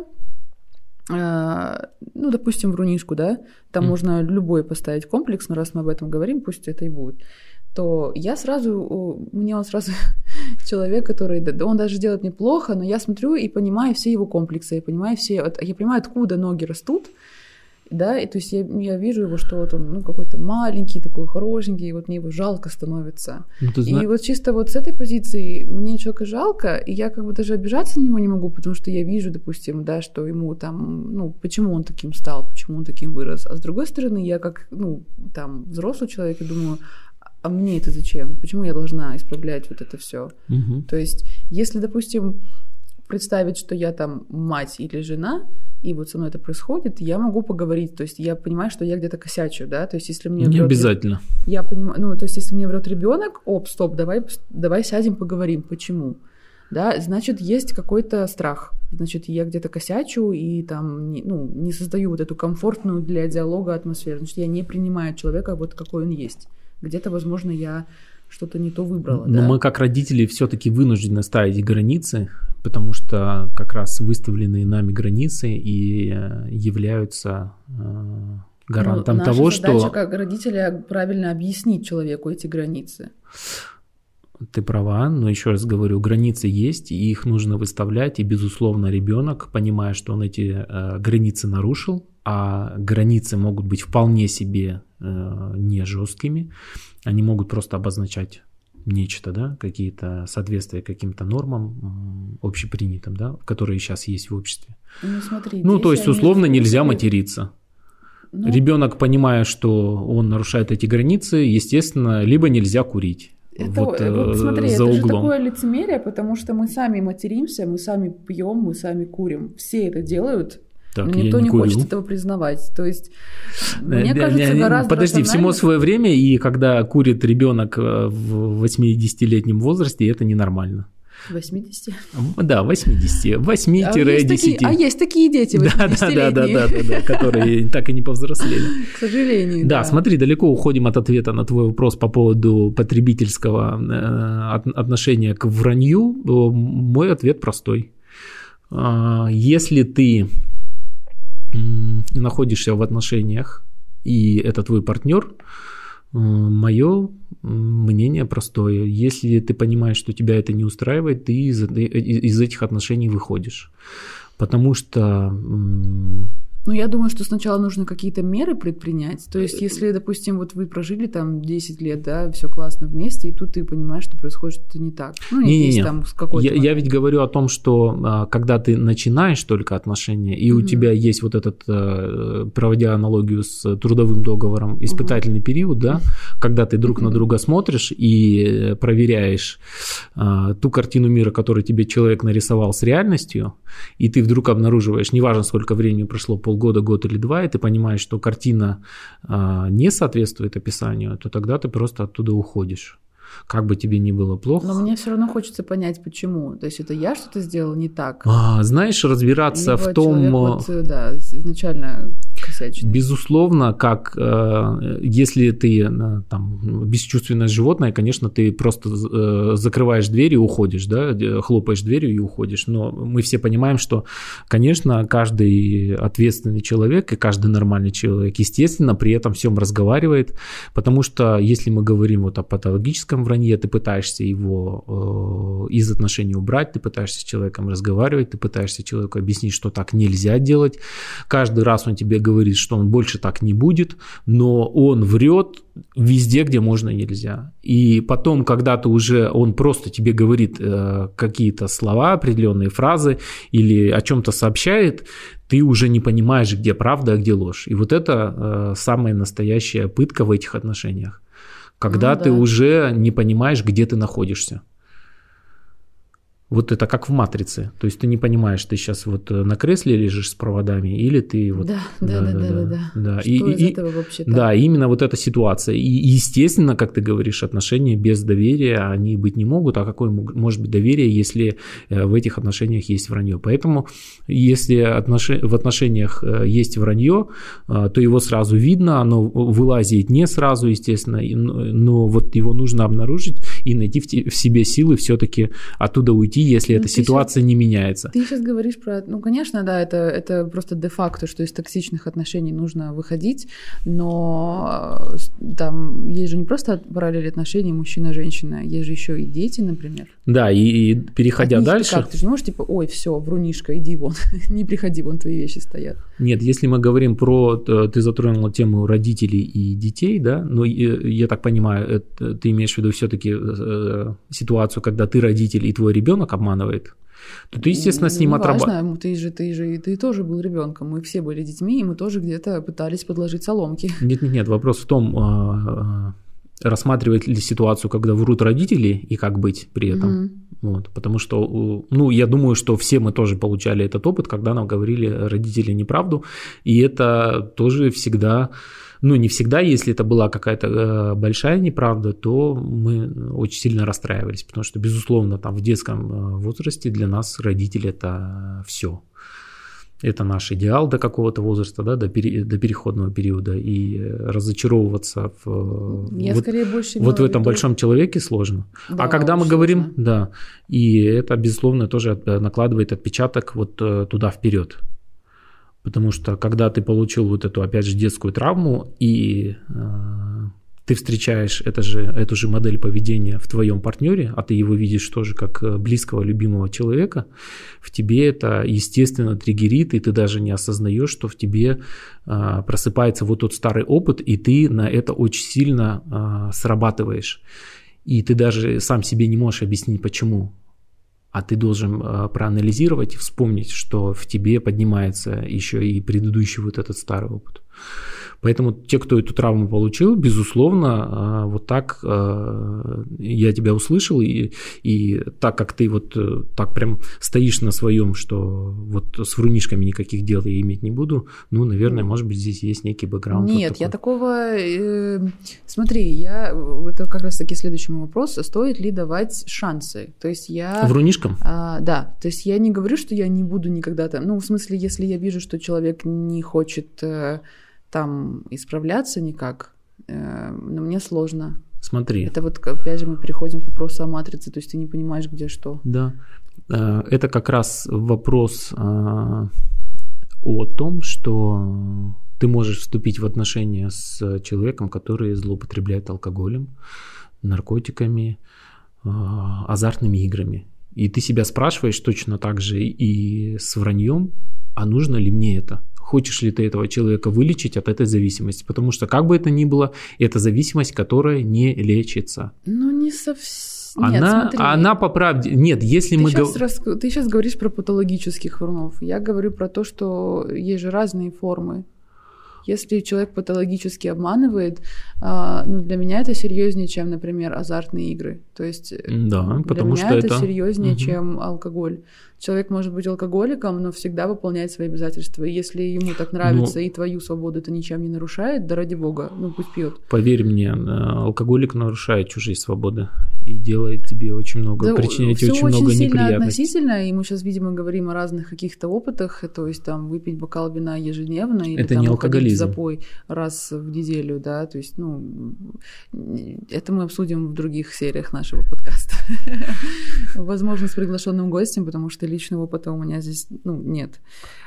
э, ну, допустим, врунишку, да, там uh-huh. можно любой поставить комплекс, но раз мы об этом говорим, пусть это и будет, то я сразу, мне он сразу человек, который, он даже делает неплохо, но я смотрю и понимаю все его комплексы, я понимаю все, я понимаю, откуда ноги растут, да, и то есть я, я вижу его, что вот он, ну, какой-то маленький, такой хорошенький, и вот мне его жалко становится. Ну, и знаешь... вот чисто вот с этой позиции мне человека жалко, и я как бы даже обижаться на него не могу, потому что я вижу, допустим, да, что ему там, ну, почему он таким стал, почему он таким вырос. А с другой стороны, я как, ну, там, взрослый человек, я думаю, а мне это зачем? Почему я должна исправлять вот это все? Угу. То есть, если, допустим, представить, что я там мать или жена, и вот со мной это происходит, я могу поговорить, то есть я понимаю, что я где-то косячу, да, то есть если мне... Не врет, обязательно. Я понимаю, ну, то есть если мне врет ребенок, оп, стоп, давай, давай сядем, поговорим, почему, да, значит, есть какой-то страх, значит, я где-то косячу и там, не, ну, не создаю вот эту комфортную для диалога атмосферу, значит, я не принимаю человека вот какой он есть. где-то, возможно, я что-то не то выбрала. Но да? мы как родители все-таки вынуждены ставить границы, потому что как раз выставленные нами границы и являются гарантом Но того, наша задача, что... как родителя, правильно объяснить человеку эти границы. Ты права, но еще раз говорю, границы есть, и их нужно выставлять, и, безусловно, ребенок, понимая, что он эти э, границы нарушил, а границы могут быть вполне себе э, не жесткими, они могут просто обозначать нечто, да, какие-то соответствия каким-то нормам общепринятым, да, которые сейчас есть в обществе. Ну, смотри, ну дети, то есть, условно, они... нельзя материться. Ну... Ребенок, понимая, что он нарушает эти границы, естественно, либо нельзя курить. Это, вот, вот смотри, за это углом. же такое лицемерие, потому что мы сами материмся, мы сами пьем, мы сами курим. Все это делают, так, но никто не, не курю. хочет этого признавать. То есть, мне да, кажется, да, гораздо Подожди, рационально... всему свое время, и когда курит ребенок в восьмидесятилетнем возрасте, это ненормально. восемьдесят? Да, восемьдесят. восемь-десять. А, а есть такие дети восьмидесятилетние. Да, да, да, да, да, которые так и не повзрослели. К сожалению, да. Да, смотри, далеко уходим от ответа на твой вопрос по поводу потребительского отношения к вранью. Мой ответ простой. Если ты находишься в отношениях, и это твой партнер, мое мнение простое. Если ты понимаешь, что тебя это не устраивает, ты из, из этих отношений выходишь. Потому что... Ну, я думаю, что сначала нужно какие-то меры предпринять. То есть, если, допустим, вот вы прожили там десять лет, да, все классно вместе, и тут ты понимаешь, что происходит что-то не так. Ну, не, не, не. Там с какой-то я, я ведь говорю о том, что когда ты начинаешь только отношения, и mm-hmm. у тебя есть вот этот, проводя аналогию с трудовым договором, испытательный mm-hmm. период, да, когда ты друг mm-hmm. на друга смотришь и проверяешь ту картину мира, которую тебе человек нарисовал с реальностью, и ты вдруг обнаруживаешь, неважно, сколько времени прошло, пол года, год или два, и ты понимаешь, что картина а, не соответствует описанию, то тогда ты просто оттуда уходишь. Как бы тебе ни было плохо. Но мне все равно хочется понять, почему. То есть это я что-то сделала не так. А, знаешь, разбираться Либо в том... Вот, да, изначально косячный. Безусловно, как если ты там бесчувственное животное, конечно, ты просто закрываешь дверь и уходишь, да, хлопаешь дверью и уходишь. Но мы все понимаем, что, конечно, каждый ответственный человек и каждый нормальный человек, естественно, при этом всем разговаривает, потому что если мы говорим вот о патологическом вранье, ты пытаешься его э, из отношений убрать, ты пытаешься с человеком разговаривать, ты пытаешься человеку объяснить, что так нельзя делать. Каждый раз он тебе говорит, что он больше так не будет, но он врет везде, где можно и нельзя. И потом, когда ты уже, он просто тебе говорит э, какие-то слова, определенные фразы или о чем-то сообщает, ты уже не понимаешь, где правда, а где ложь. И вот это э, самая настоящая пытка в этих отношениях. Когда ну, ты да. уже не понимаешь, где ты находишься. Вот это как в «Матрице». То есть ты не понимаешь, ты сейчас вот на кресле лежишь с проводами, или ты вот... Да, да, да, да, да. да, да. Что и, из и, этого вообще так? Да, именно вот эта ситуация. И, естественно, как ты говоришь, отношения без доверия, они быть не могут. А какое может быть доверие, если в этих отношениях есть вранье? Поэтому, если отнош... в отношениях есть вранье, то его сразу видно, оно вылазит не сразу, естественно, но вот его нужно обнаружить и найти в себе силы все-таки оттуда уйти, если ну, эта ситуация сейчас, не меняется. Ты сейчас говоришь про... Ну, конечно, да, это, это просто де-факто, что из токсичных отношений нужно выходить, но там есть же не просто параллель отношений мужчина-женщина, есть же еще и дети, например. Да, и, и переходя дальше... Ты как? Ты же не можешь типа, ой, все, врунишка, иди вон, не приходи, вон твои вещи стоят. Нет, если мы говорим про... Ты затронула тему родителей и детей, да, но я так понимаю, это, ты имеешь в виду все-таки ситуацию, когда ты родитель и твой ребенок обманывает, то ты, естественно, с ним отрабатываешь. Ты же, ты же, ты тоже был ребенком, мы все были детьми, и мы тоже где-то пытались подложить соломки. Нет, нет, нет, вопрос в том, рассматривать ли ситуацию, когда врут родители, и как быть при этом. Mm-hmm. Вот, потому что, ну, я думаю, что все мы тоже получали этот опыт, когда нам говорили родители неправду, и это тоже всегда... Ну, не всегда, если это была какая-то большая неправда, то мы очень сильно расстраивались, потому что, безусловно, там в детском возрасте для нас родители – это все. это наш идеал до какого-то возраста, да, до, пере, до переходного периода, и разочаровываться в, Я вот, скорее больше вот в этом большом человеке сложно. Да, а когда мы сложно. говорим, да, и это, безусловно, тоже накладывает отпечаток вот туда вперед. Потому что когда ты получил вот эту, опять же, детскую травму, и э, ты встречаешь это же, эту же модель поведения в твоем партнере, а ты его видишь тоже как близкого, любимого человека, в тебе это, естественно, триггерит, и ты даже не осознаешь, что в тебе э, просыпается вот тот старый опыт, и ты на это очень сильно э, срабатываешь. И ты даже сам себе не можешь объяснить, почему. А ты должен э, проанализировать и вспомнить, что в тебе поднимается еще и предыдущий вот этот старый опыт. Поэтому те, кто эту травму получил, безусловно, э, вот так э, я тебя услышал, и, и так как ты вот э, так прям стоишь на своем, что вот с врунишками никаких дел я иметь не буду, ну, наверное, может быть, здесь есть некий бэкграунд. Нет, вот я такого... Э, смотри, я... Это как раз-таки следующий мой вопрос. Стоит ли давать шансы? То есть я... Врунишкам? А, да, то есть я не говорю, что я не буду никогда там... Ну, в смысле, если я вижу, что человек не хочет... Э, там исправляться никак, но мне сложно. Смотри. Это вот, опять же, мы переходим к вопросу о матрице, то есть ты не понимаешь, где что. Да, это как раз вопрос о том, что ты можешь вступить в отношения с человеком, который злоупотребляет алкоголем, наркотиками, азартными играми. И ты себя спрашиваешь точно так же и с враньем, а нужно ли мне это? Хочешь ли ты этого человека вылечить от этой зависимости? Потому что, как бы это ни было, это зависимость, которая не лечится. Ну, не совсем. Она, Нет, смотри. Она по правде... Нет, если ты мы... Сейчас рас... Ты сейчас говоришь про патологических врунов. Я говорю про то, что есть же разные формы. Если человек патологически обманывает, ну, для меня это серьезнее, чем, например, азартные игры. То есть да, потому для меня что это, это серьезнее, угу. чем алкоголь. Человек может быть алкоголиком, но всегда выполняет свои обязательства. И если ему так нравится, ну, и твою свободу это ничем не нарушает, да ради бога, ну пусть пьет. Поверь мне, алкоголик нарушает чужие свободы и делает тебе очень много, да, причиняет тебе очень, очень много сильно неприятностей. Относительно, и мы сейчас, видимо, говорим о разных каких-то опытах, то есть там выпить бокал вина ежедневно, или это там не уходить в запой раз в неделю, да, то есть, ну, это мы обсудим в других сериях нашего подкаста. Возможно, с приглашенным гостем, потому что личного опыта у меня здесь, ну, нет.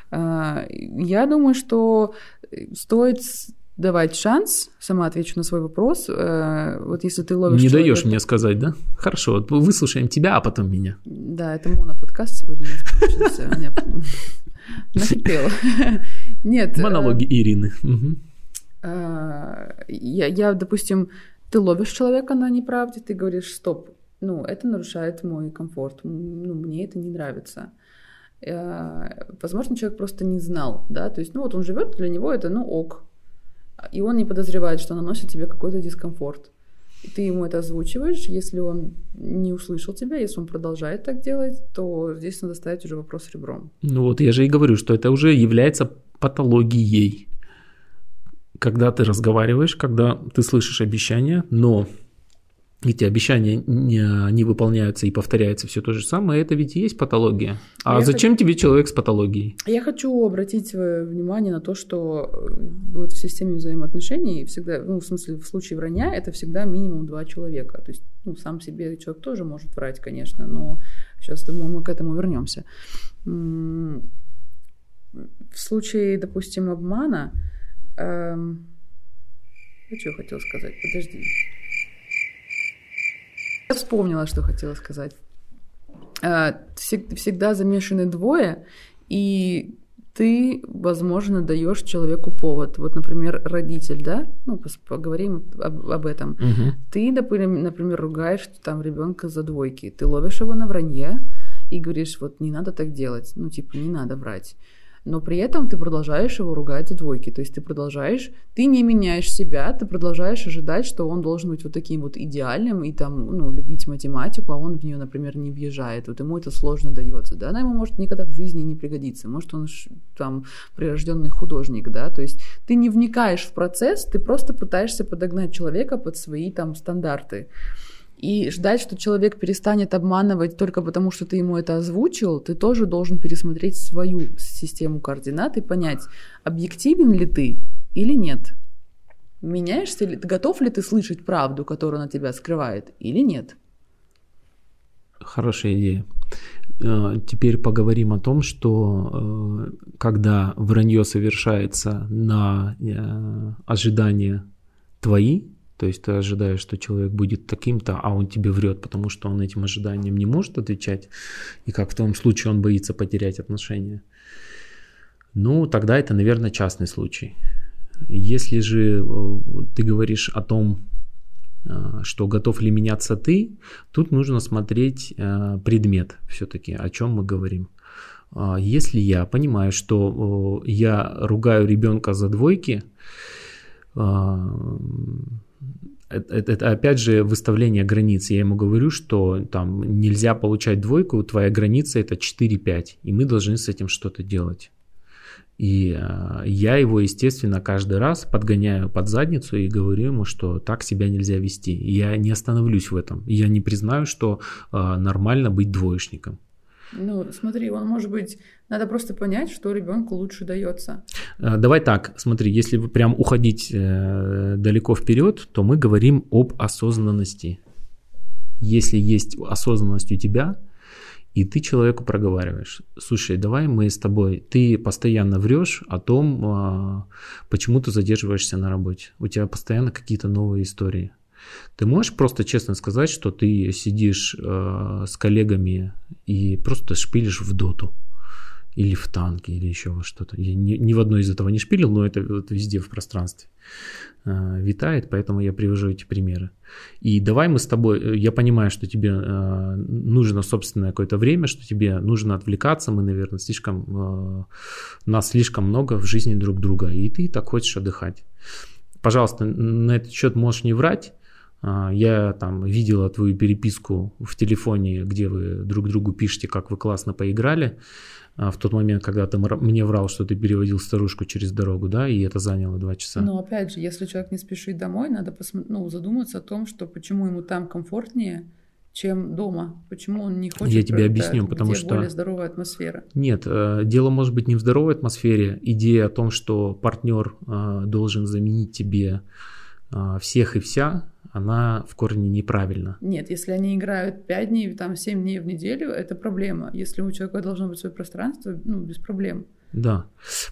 Я думаю, что стоит давать шанс, сама отвечу на свой вопрос, вот если ты ловишь... Не человека... даешь мне сказать, да? Хорошо, вот выслушаем тебя, а потом меня. Да, это моноподкаст сегодня у нас получился, меня накипело. Нет. Монологи Ирины. Я, я, допустим, ты ловишь человека на неправде, ты говоришь, стоп, ну, это нарушает мой комфорт, ну, мне это не нравится. Возможно, человек просто не знал, да, то есть, ну, вот он живет, для него это, ну, ок, и он не подозревает, что наносит тебе какой-то дискомфорт. И ты ему это озвучиваешь, если он не услышал тебя, если он продолжает так делать, то здесь надо ставить уже вопрос ребром. Ну, вот я же и говорю, что это уже является патологией. Когда ты разговариваешь, когда ты слышишь обещания, но эти обещания не, не выполняются и повторяется все то же самое, это ведь и есть патология. А я зачем хочу... тебе человек с патологией? Я хочу обратить внимание на то, что вот в системе взаимоотношений всегда, ну, в смысле, в случае вранья, это всегда минимум два человека. То есть, ну, сам себе человек тоже может врать, конечно, но сейчас, думаю, мы к этому вернемся. В случае, допустим, обмана, эм... что я хотела сказать? Подожди. Я вспомнила, что хотела сказать. Всегда замешаны двое, и ты, возможно, даешь человеку повод. Вот, например, родитель, да? Ну, поговорим об, об этом. Угу. Ты, например, ругаешь там ребенка за двойки. Ты ловишь его на вранье и говоришь, вот не надо так делать. Ну, типа, не надо врать. Но при этом ты продолжаешь его ругать за двойки. То есть ты продолжаешь, ты не меняешь себя, ты продолжаешь ожидать, что он должен быть вот таким вот идеальным и там, ну, любить математику, а он в нее, например, не въезжает. Вот ему это сложно дается, да, она ему может никогда в жизни не пригодиться. Может, он там прирожденный художник, да, то есть ты не вникаешь в процесс, ты просто пытаешься подогнать человека под свои там стандарты. И ждать, что человек перестанет обманывать только потому, что ты ему это озвучил, ты тоже должен пересмотреть свою систему координат и понять, объективен ли ты или нет. Меняешься ли, готов ли ты слышать правду, которую она тебя скрывает, или нет? Хорошая идея. Теперь поговорим о том, что когда вранье совершается на ожидания твои, то есть ты ожидаешь, что человек будет таким-то, а он тебе врет, потому что он этим ожиданиям не может отвечать, и как в том случае он боится потерять отношения, ну, тогда это, наверное, частный случай. Если же ты говоришь о том, что готов ли меняться ты, тут нужно смотреть предмет все-таки, о чем мы говорим. Если я понимаю, что я ругаю ребенка за двойки, это, это опять же выставление границ. Я ему говорю, что там нельзя получать двойку, твоя граница это четыре-пять, и мы должны с этим что-то делать. И я его, естественно, каждый раз подгоняю под задницу и говорю ему, что так себя нельзя вести. И я не остановлюсь в этом. Я не признаю, что нормально быть двоечником. Ну, смотри, он может быть... Надо просто понять, что ребенку лучше дается. Давай так, смотри, если прям уходить далеко вперед, то мы говорим об осознанности. Если есть осознанность у тебя, и ты человеку проговариваешь: слушай, давай мы с тобой, ты постоянно врешь о том, почему ты задерживаешься на работе. У тебя постоянно какие-то новые истории. Ты можешь просто честно сказать, что ты сидишь с коллегами и просто шпилишь в доту? Или в танке, или еще во что-то. Я ни, ни в одной из этого не шпилил, но это вот везде в пространстве э, витает, поэтому я привожу эти примеры. И давай мы с тобой, я понимаю, что тебе э, нужно собственное какое-то время, что тебе нужно отвлекаться, мы, наверное, слишком, э, нас слишком много в жизни друг друга, и ты так хочешь отдыхать. Пожалуйста, на этот счет можешь не врать. Я там видела твою переписку в телефоне, где вы друг другу пишете, как вы классно поиграли. В тот момент, когда ты мне врал, что ты переводил старушку через дорогу, да, и это заняло два часа. Но опять же, если человек не спешит домой, надо посмотри, ну, задуматься о том, что почему ему там комфортнее, чем дома. Почему он не хочет... Я тебе объясню, потому где что... более здоровая атмосфера. Нет, дело может быть не в здоровой атмосфере. Идея о том, что партнер должен заменить тебе всех и вся, она в корне неправильна. Нет, если они играют пять дней, там семь дней в неделю, это проблема. Если у человека должно быть свое пространство, ну, без проблем. Да,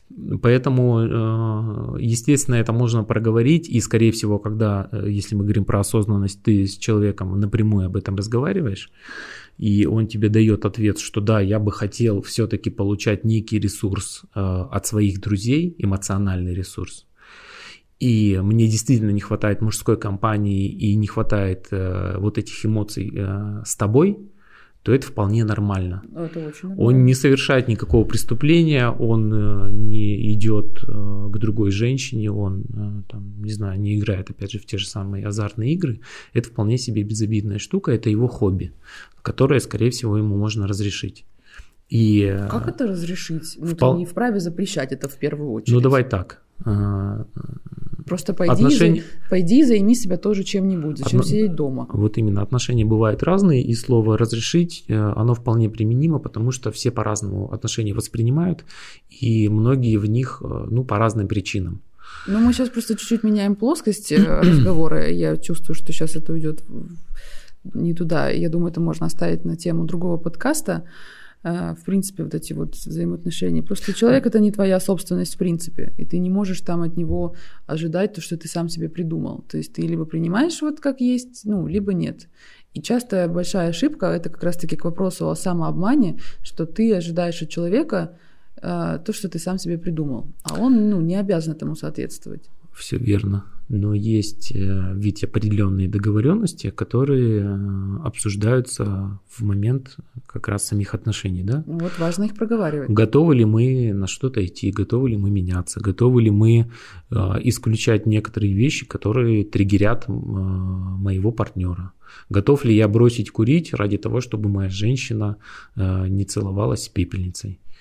поэтому, естественно, это можно проговорить, и, скорее всего, когда, если мы говорим про осознанность, ты с человеком напрямую об этом разговариваешь, и он тебе дает ответ, что да, я бы хотел все-таки получать некий ресурс от своих друзей, эмоциональный ресурс, и мне действительно не хватает мужской компании и не хватает э, вот этих эмоций э, с тобой, то это вполне нормально. Это очень нормально. Он не совершает никакого преступления, он э, не идет э, к другой женщине, он э, там, не знаю, не играет опять же в те же самые азартные игры. Это вполне себе безобидная штука, это его хобби, которое, скорее всего, ему можно разрешить. И, как это разрешить? Ну, впол... ты не вправе запрещать это в первую очередь. Ну давай так. Просто пойди, отношения... за... пойди и займи себя тоже чем-нибудь. Зачем Одно... сидеть дома? Вот именно, отношения бывают разные, и слово «разрешить», оно вполне применимо, потому что все по-разному отношения воспринимают, и многие в них, ну, по разным причинам. Ну, мы сейчас просто чуть-чуть меняем плоскость разговора. Я чувствую, что сейчас это уйдет не туда. Я думаю, это можно оставить на тему другого подкаста. В принципе, вот эти вот взаимоотношения. Просто человек — это не твоя собственность в принципе, и ты не можешь там от него ожидать то, что ты сам себе придумал. То есть ты либо принимаешь вот как есть, ну, либо нет. И часто большая ошибка — это как раз-таки к вопросу о самообмане, что ты ожидаешь от человека э, то, что ты сам себе придумал, а он, ну, не обязан этому соответствовать. Все верно. Но есть ведь определенные договоренности, которые обсуждаются в момент как раз самих отношений, да? Ну вот важно их проговаривать. Готовы ли мы на что-то идти, готовы ли мы меняться, готовы ли мы исключать некоторые вещи, которые триггерят моего партнера. Готов ли я бросить курить ради того, чтобы моя женщина не целовалась с пепельницей?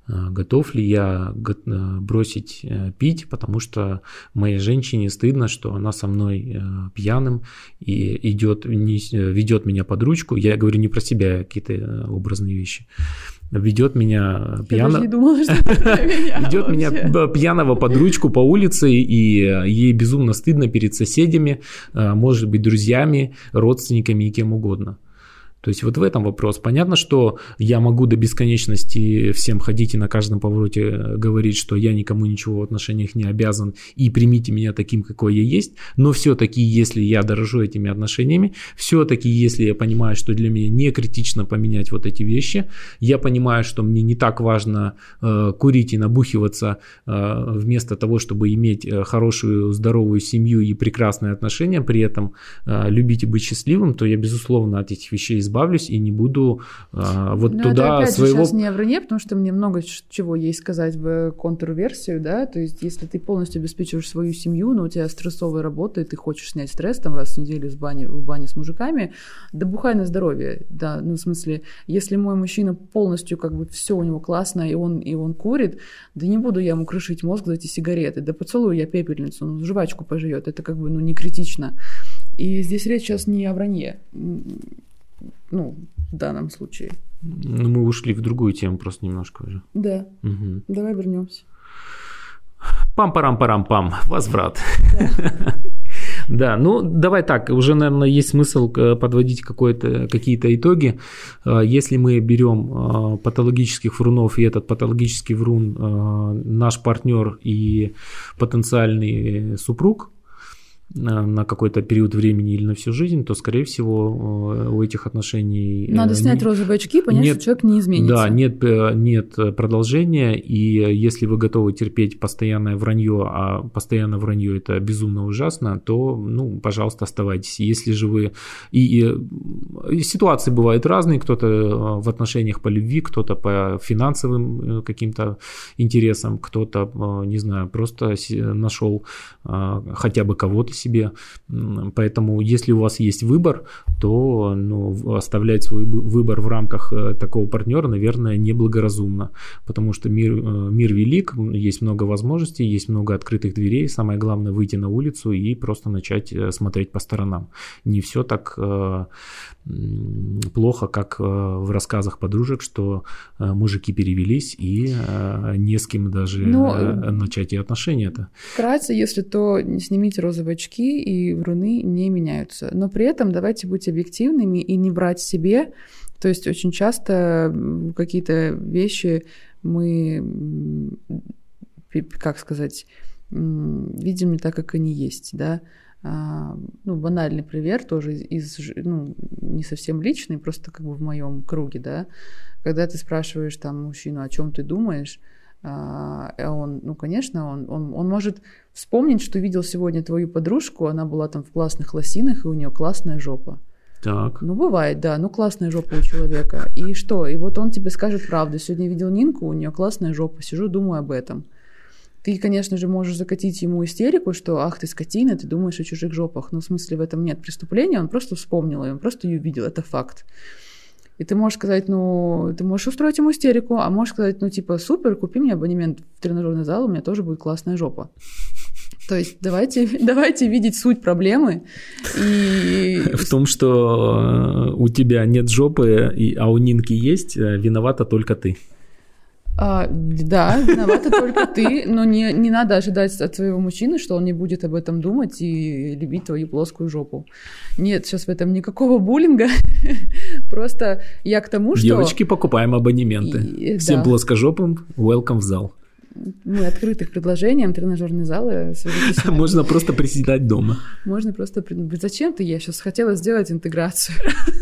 готов ли я бросить пить, потому что моей женщине стыдно, что она со мной пьяным и идет, ведет меня под ручку. Я говорю не про себя, какие-то образные вещи. Ведет меня пьяно... ведет меня пьяного под ручку по улице, и ей безумно стыдно перед соседями, может быть, друзьями, родственниками и кем угодно. То есть вот в этом вопрос. Понятно, что я могу до бесконечности всем ходить и на каждом повороте говорить, что я никому ничего в отношениях не обязан и примите меня таким, какой я есть, но все-таки, если я дорожу этими отношениями, все-таки, если я понимаю, что для меня не критично поменять вот эти вещи, я понимаю, что мне не так важно э, курить и набухиваться э, вместо того, чтобы иметь хорошую, здоровую семью и прекрасные отношения, при этом э, любить и быть счастливым, то я, безусловно, от этих вещей избавлюсь. избавлюсь и не буду а, вот но туда это опять своего... же сейчас не о вранье, потому что мне много чего есть сказать в контрверсию, да, то есть если ты полностью обеспечиваешь свою семью, но у тебя стрессовая работа, и ты хочешь снять стресс там раз в неделю в бане, в бане с мужиками, да бухай на здоровье, да, ну в смысле, если мой мужчина полностью как бы все у него классно, и он, и он курит, да не буду я ему крышить мозг за эти сигареты, да поцелую я пепельницу, он жвачку пожует, это как бы, ну, не критично. И здесь речь сейчас не о вранье, ну, в данном случае. Ну, мы ушли в другую тему просто немножко уже. Да. Угу. Давай вернемся. Пам-парам-парам-пам. Возврат. Да. Да, ну давай так, уже, наверное, есть смысл подводить какое-то, какие-то итоги. Если мы берем патологических врунов, и этот патологический врун наш партнер и потенциальный супруг, на какой-то период времени или на всю жизнь, то, скорее всего, у этих отношений... Надо снять розовые очки и понять, нет, что человек не изменится. Да, нет, нет продолжения, и если вы готовы терпеть постоянное вранье, а постоянное вранье – это безумно ужасно, то, ну, пожалуйста, оставайтесь. Если же вы... И, и, и ситуации бывают разные, кто-то в отношениях по любви, кто-то по финансовым каким-то интересам, кто-то, не знаю, просто нашел хотя бы кого-то себе, поэтому если у вас есть выбор, то ну, оставлять свой выбор в рамках такого партнера, наверное, неблагоразумно, потому что мир, мир велик, есть много возможностей, есть много открытых дверей, самое главное выйти на улицу и просто начать смотреть по сторонам. Не все так плохо, как в рассказах подружек, что мужики перевелись и не с кем даже ну, начать и отношения-то. Вкратце, если то снимите розовые очки, и вруны не меняются. Но при этом давайте быть объективными и не брать себе. То есть очень часто какие-то вещи мы, как сказать, видим не так, как они есть, да. Ну, банальный пример тоже из, ну, не совсем личный, просто как бы в моем круге, да. Когда ты спрашиваешь там мужчину, о чем ты думаешь, а он, ну, конечно, он, он, он может вспомнить, что видел сегодня твою подружку, она была там в классных лосинах, и у нее классная жопа. Так. Ну, бывает, да, ну, классная жопа у человека. И что? И вот он тебе скажет правду. Сегодня видел Нинку, у нее классная жопа, сижу, думаю об этом. Ты, конечно же, можешь закатить ему истерику, что ах, ты скотина, ты думаешь о чужих жопах. Но в смысле в этом нет преступления, он просто вспомнил ее, он просто ее видел, это факт. И ты можешь сказать, ну, ты можешь устроить ему истерику, а можешь сказать, ну, типа, супер, купи мне абонемент в тренажерный зал, у меня тоже будет классная жопа. То есть давайте, давайте видеть суть проблемы. И... В том, что у тебя нет жопы, а у Нинки есть, виновата только ты. А, да, виновата только ты, но не, не надо ожидать от своего мужчины, что он не будет об этом думать и любить твою плоскую жопу. Нет, сейчас в этом никакого буллинга. Просто я к тому, что... Девочки, покупаем абонементы. И, Всем да. плоскожопым welcome в зал. Мы открыты к предложениям, тренажерные залы. Можно просто приседать дома. Можно просто... Зачем ты? Я сейчас хотела сделать интеграцию.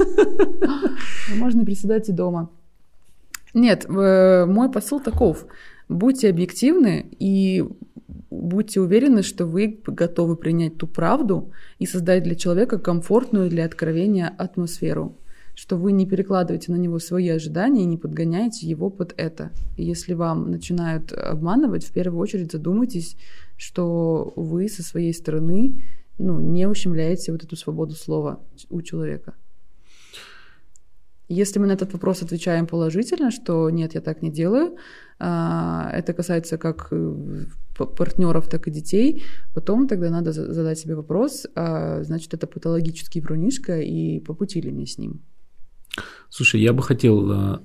Можно приседать и дома. Нет, мой посыл таков. Будьте объективны и будьте уверены, что вы готовы принять ту правду и создать для человека комфортную для откровения атмосферу. Что вы не перекладываете на него свои ожидания и не подгоняете его под это. И если вам начинают обманывать, в первую очередь задумайтесь, что вы со своей стороны ну, не ущемляете вот эту свободу слова у человека. Если мы на этот вопрос отвечаем положительно, что нет, я так не делаю, это касается как партнеров, так и детей, потом тогда надо задать себе вопрос, значит, это патологический врунишка, и по пути ли мне с ним? Слушай, я бы хотел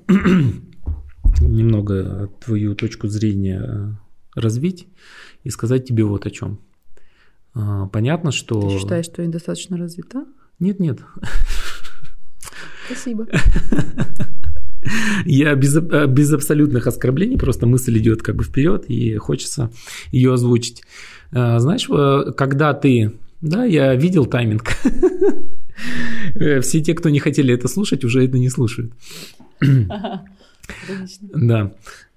немного твою точку зрения развить и сказать тебе вот о чем. Понятно, что... Ты считаешь, что я недостаточно развита? Нет, нет. Спасибо. Я без, без абсолютных оскорблений, просто мысль идет как бы вперед, и хочется ее озвучить. Знаешь, когда ты... Да, я видел тайминг. Все те, кто не хотели это слушать, уже это не слушают. Ага. Да.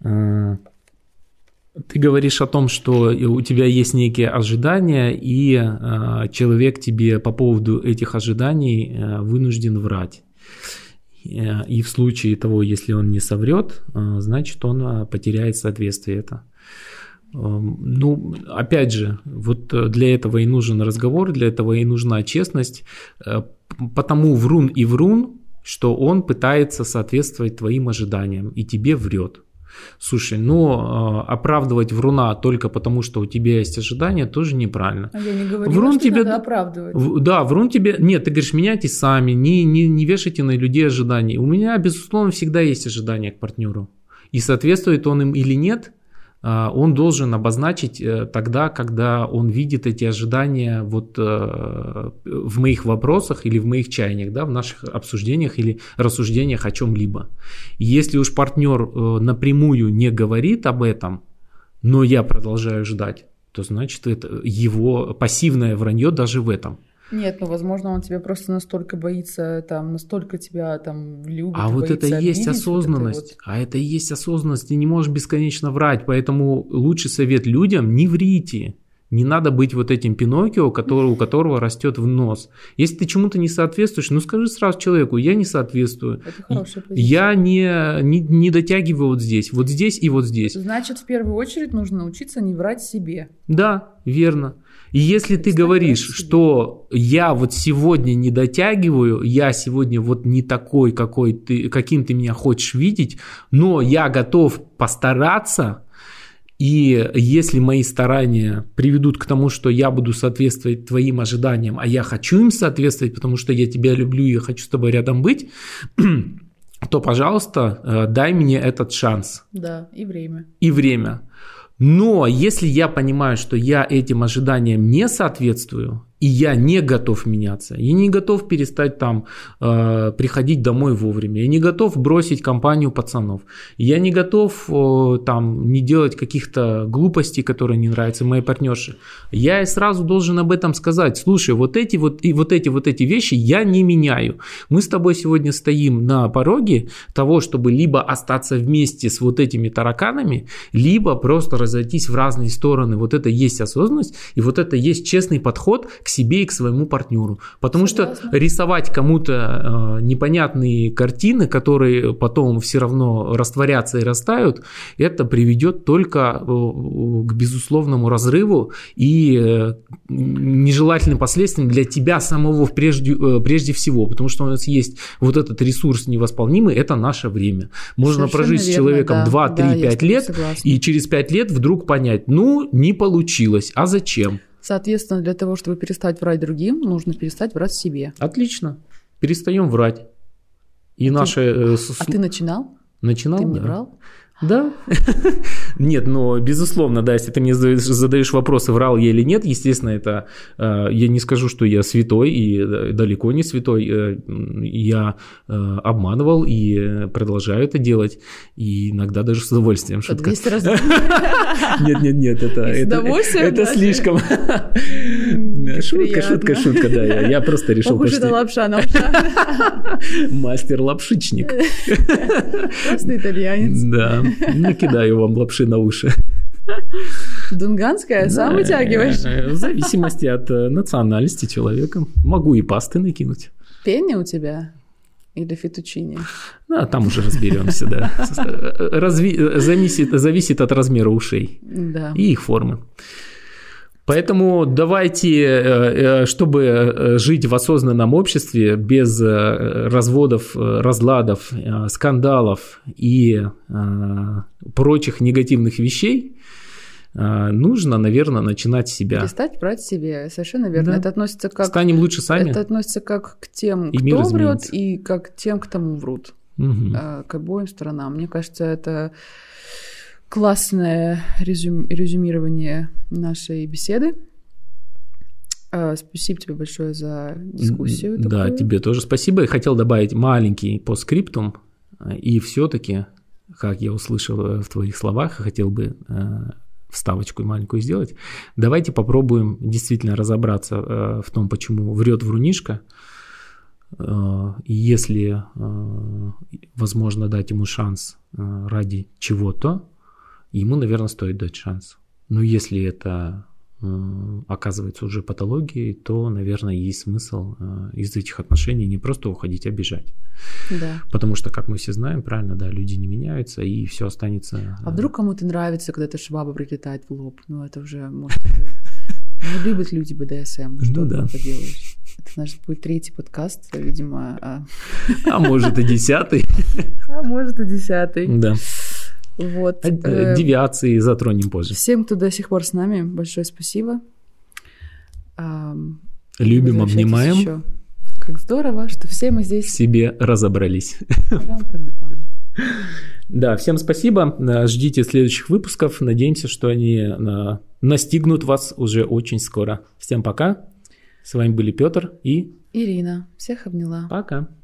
Ты говоришь о том, что у тебя есть некие ожидания, и человек тебе по поводу этих ожиданий вынужден врать. И в случае того, если он не соврет, значит, он потеряет соответствие это. Ну, опять же, вот для этого и нужен разговор, для этого и нужна честность. Потому врун и врун, что он пытается соответствовать твоим ожиданиям и тебе врет. Слушай, ну оправдывать вруна только потому, что у тебя есть ожидания, тоже неправильно. А я не говорила, врун что тебе... надо оправдывать. В... Да, врун тебе... Нет, ты говоришь, меняйтесь сами, не, не, не вешайте на людей ожиданий. У меня, безусловно, всегда есть ожидания к партнеру. И соответствует он им или нет, он должен обозначить тогда, когда он видит эти ожидания вот в моих вопросах или в моих чаяниях, да, в наших обсуждениях или рассуждениях о чем-либо. Если уж партнер напрямую не говорит об этом, но я продолжаю ждать, то значит это его пассивное вранье даже в этом. Нет, ну, возможно, он тебя просто настолько боится, там, настолько тебя там любит. А вот это и есть осознанность. Вот это вот. А это и есть осознанность. Ты не можешь бесконечно врать. Поэтому лучший совет людям: не врите. Не надо быть вот этим Пиноккио, который, у которого растет в нос. Если ты чему-то не соответствуешь, ну скажи сразу человеку: я не соответствую. Это хорошая позиция. Я не, не, не дотягиваю вот здесь, вот здесь и вот здесь. Значит, в первую очередь нужно научиться не врать себе. Да, верно. И если ты говоришь, что я вот сегодня не дотягиваю, я сегодня вот не такой, какой ты, каким ты меня хочешь видеть, но я готов постараться, и если мои старания приведут к тому, что я буду соответствовать твоим ожиданиям, а я хочу им соответствовать, потому что я тебя люблю и я хочу с тобой рядом быть, то, пожалуйста, дай мне этот шанс. Да, и время. И время. Но если я понимаю, что я этим ожиданиям не соответствую, и я не готов меняться, я не готов перестать там э, приходить домой вовремя, я не готов бросить компанию пацанов, я не готов э, там не делать каких-то глупостей, которые не нравятся моей партнерше, я и сразу должен об этом сказать: слушай, вот эти вот и вот эти вот эти вещи я не меняю. Мы с тобой сегодня стоим на пороге того, чтобы либо остаться вместе с вот этими тараканами, либо просто разойтись в разные стороны. Вот это есть осознанность, и вот это есть честный подход к себе и к своему партнеру. Потому Согласна. Что рисовать кому-то э, непонятные картины, которые потом все равно растворятся и растают, это приведет только э, к безусловному разрыву и э, нежелательным последствиям для тебя самого прежде, э, прежде всего. Потому что у нас есть вот этот ресурс невосполнимый, это наше время. Можно Совершенно прожить верно, с человеком да, два, три, пять лет, согласна. И через пять лет вдруг понять: ну, не получилось, а зачем? Соответственно, для того, чтобы перестать врать другим, нужно перестать врать себе. Отлично. Перестаем врать. И а наши... Ты, а ты начинал? Начинал, Ты да. мне врал? Да. Нет, но безусловно, да, если ты мне задаешь вопросы, врал я или нет, естественно, это я не скажу, что я святой и далеко не святой. Я обманывал и продолжаю это делать, и иногда даже с удовольствием. Шутка. двести раз. Нет, нет, нет, это, это, это слишком. Шутка, шутка, шутка, да. Я, я просто решил почти. Похоже, это лапша на ушах. Мастер-лапшичник. Просто итальянец. Да. Накидаю вам лапши на уши. Дунганская, сам вытягиваешь? В зависимости от национальности человека. Могу и пасты накинуть. Пенни у тебя? Или фетучини? Да, там уже разберемся, да. Разви... Зависит, зависит от размера ушей да. и их формы. Поэтому давайте, чтобы жить в осознанном обществе без разводов, разладов, скандалов и прочих негативных вещей, нужно, наверное, начинать с себя. Перестать брать себе, совершенно верно. Да. Это относится как... Станем лучше сами. Это относится как к тем, и кто врет, и как к тем, к тому врут. Угу. К обоим сторонам. Мне кажется, это классное резюм... резюмирование нашей беседы. Спасибо тебе большое за дискуссию. Да, такую. Тебе тоже спасибо. И хотел добавить маленький постскриптум. И все-таки, как я услышал в твоих словах, хотел бы вставочку маленькую сделать. Давайте попробуем действительно разобраться в том, почему врет врунишка. И если возможно дать ему шанс ради чего-то, ему, наверное, стоит дать шанс. Но если это оказывается уже патологией, то, наверное, есть смысл из этих отношений не просто уходить, а бежать. Да. Потому что, как мы все знаем, правильно, да, люди не меняются, и все останется... А вдруг кому-то нравится, когда эта шваба прилетает в лоб? Ну, это уже, может, не любят люди бэ дэ эс эм. Ну, что да. ты поделаешь? Это, значит, будет третий подкаст, видимо. А, а может, и десятый. А может, и десятый. Да. Вот. Девиации затронем позже. Всем, кто до сих пор с нами, большое спасибо. Любим, обнимаем. Еще. Как здорово, что все мы здесь... В себе разобрались. Да, всем спасибо. Ждите следующих выпусков. Надеемся, что они настигнут вас уже очень скоро. Всем пока. С вами были Петр и... Ирина. Всех обняла. Пока.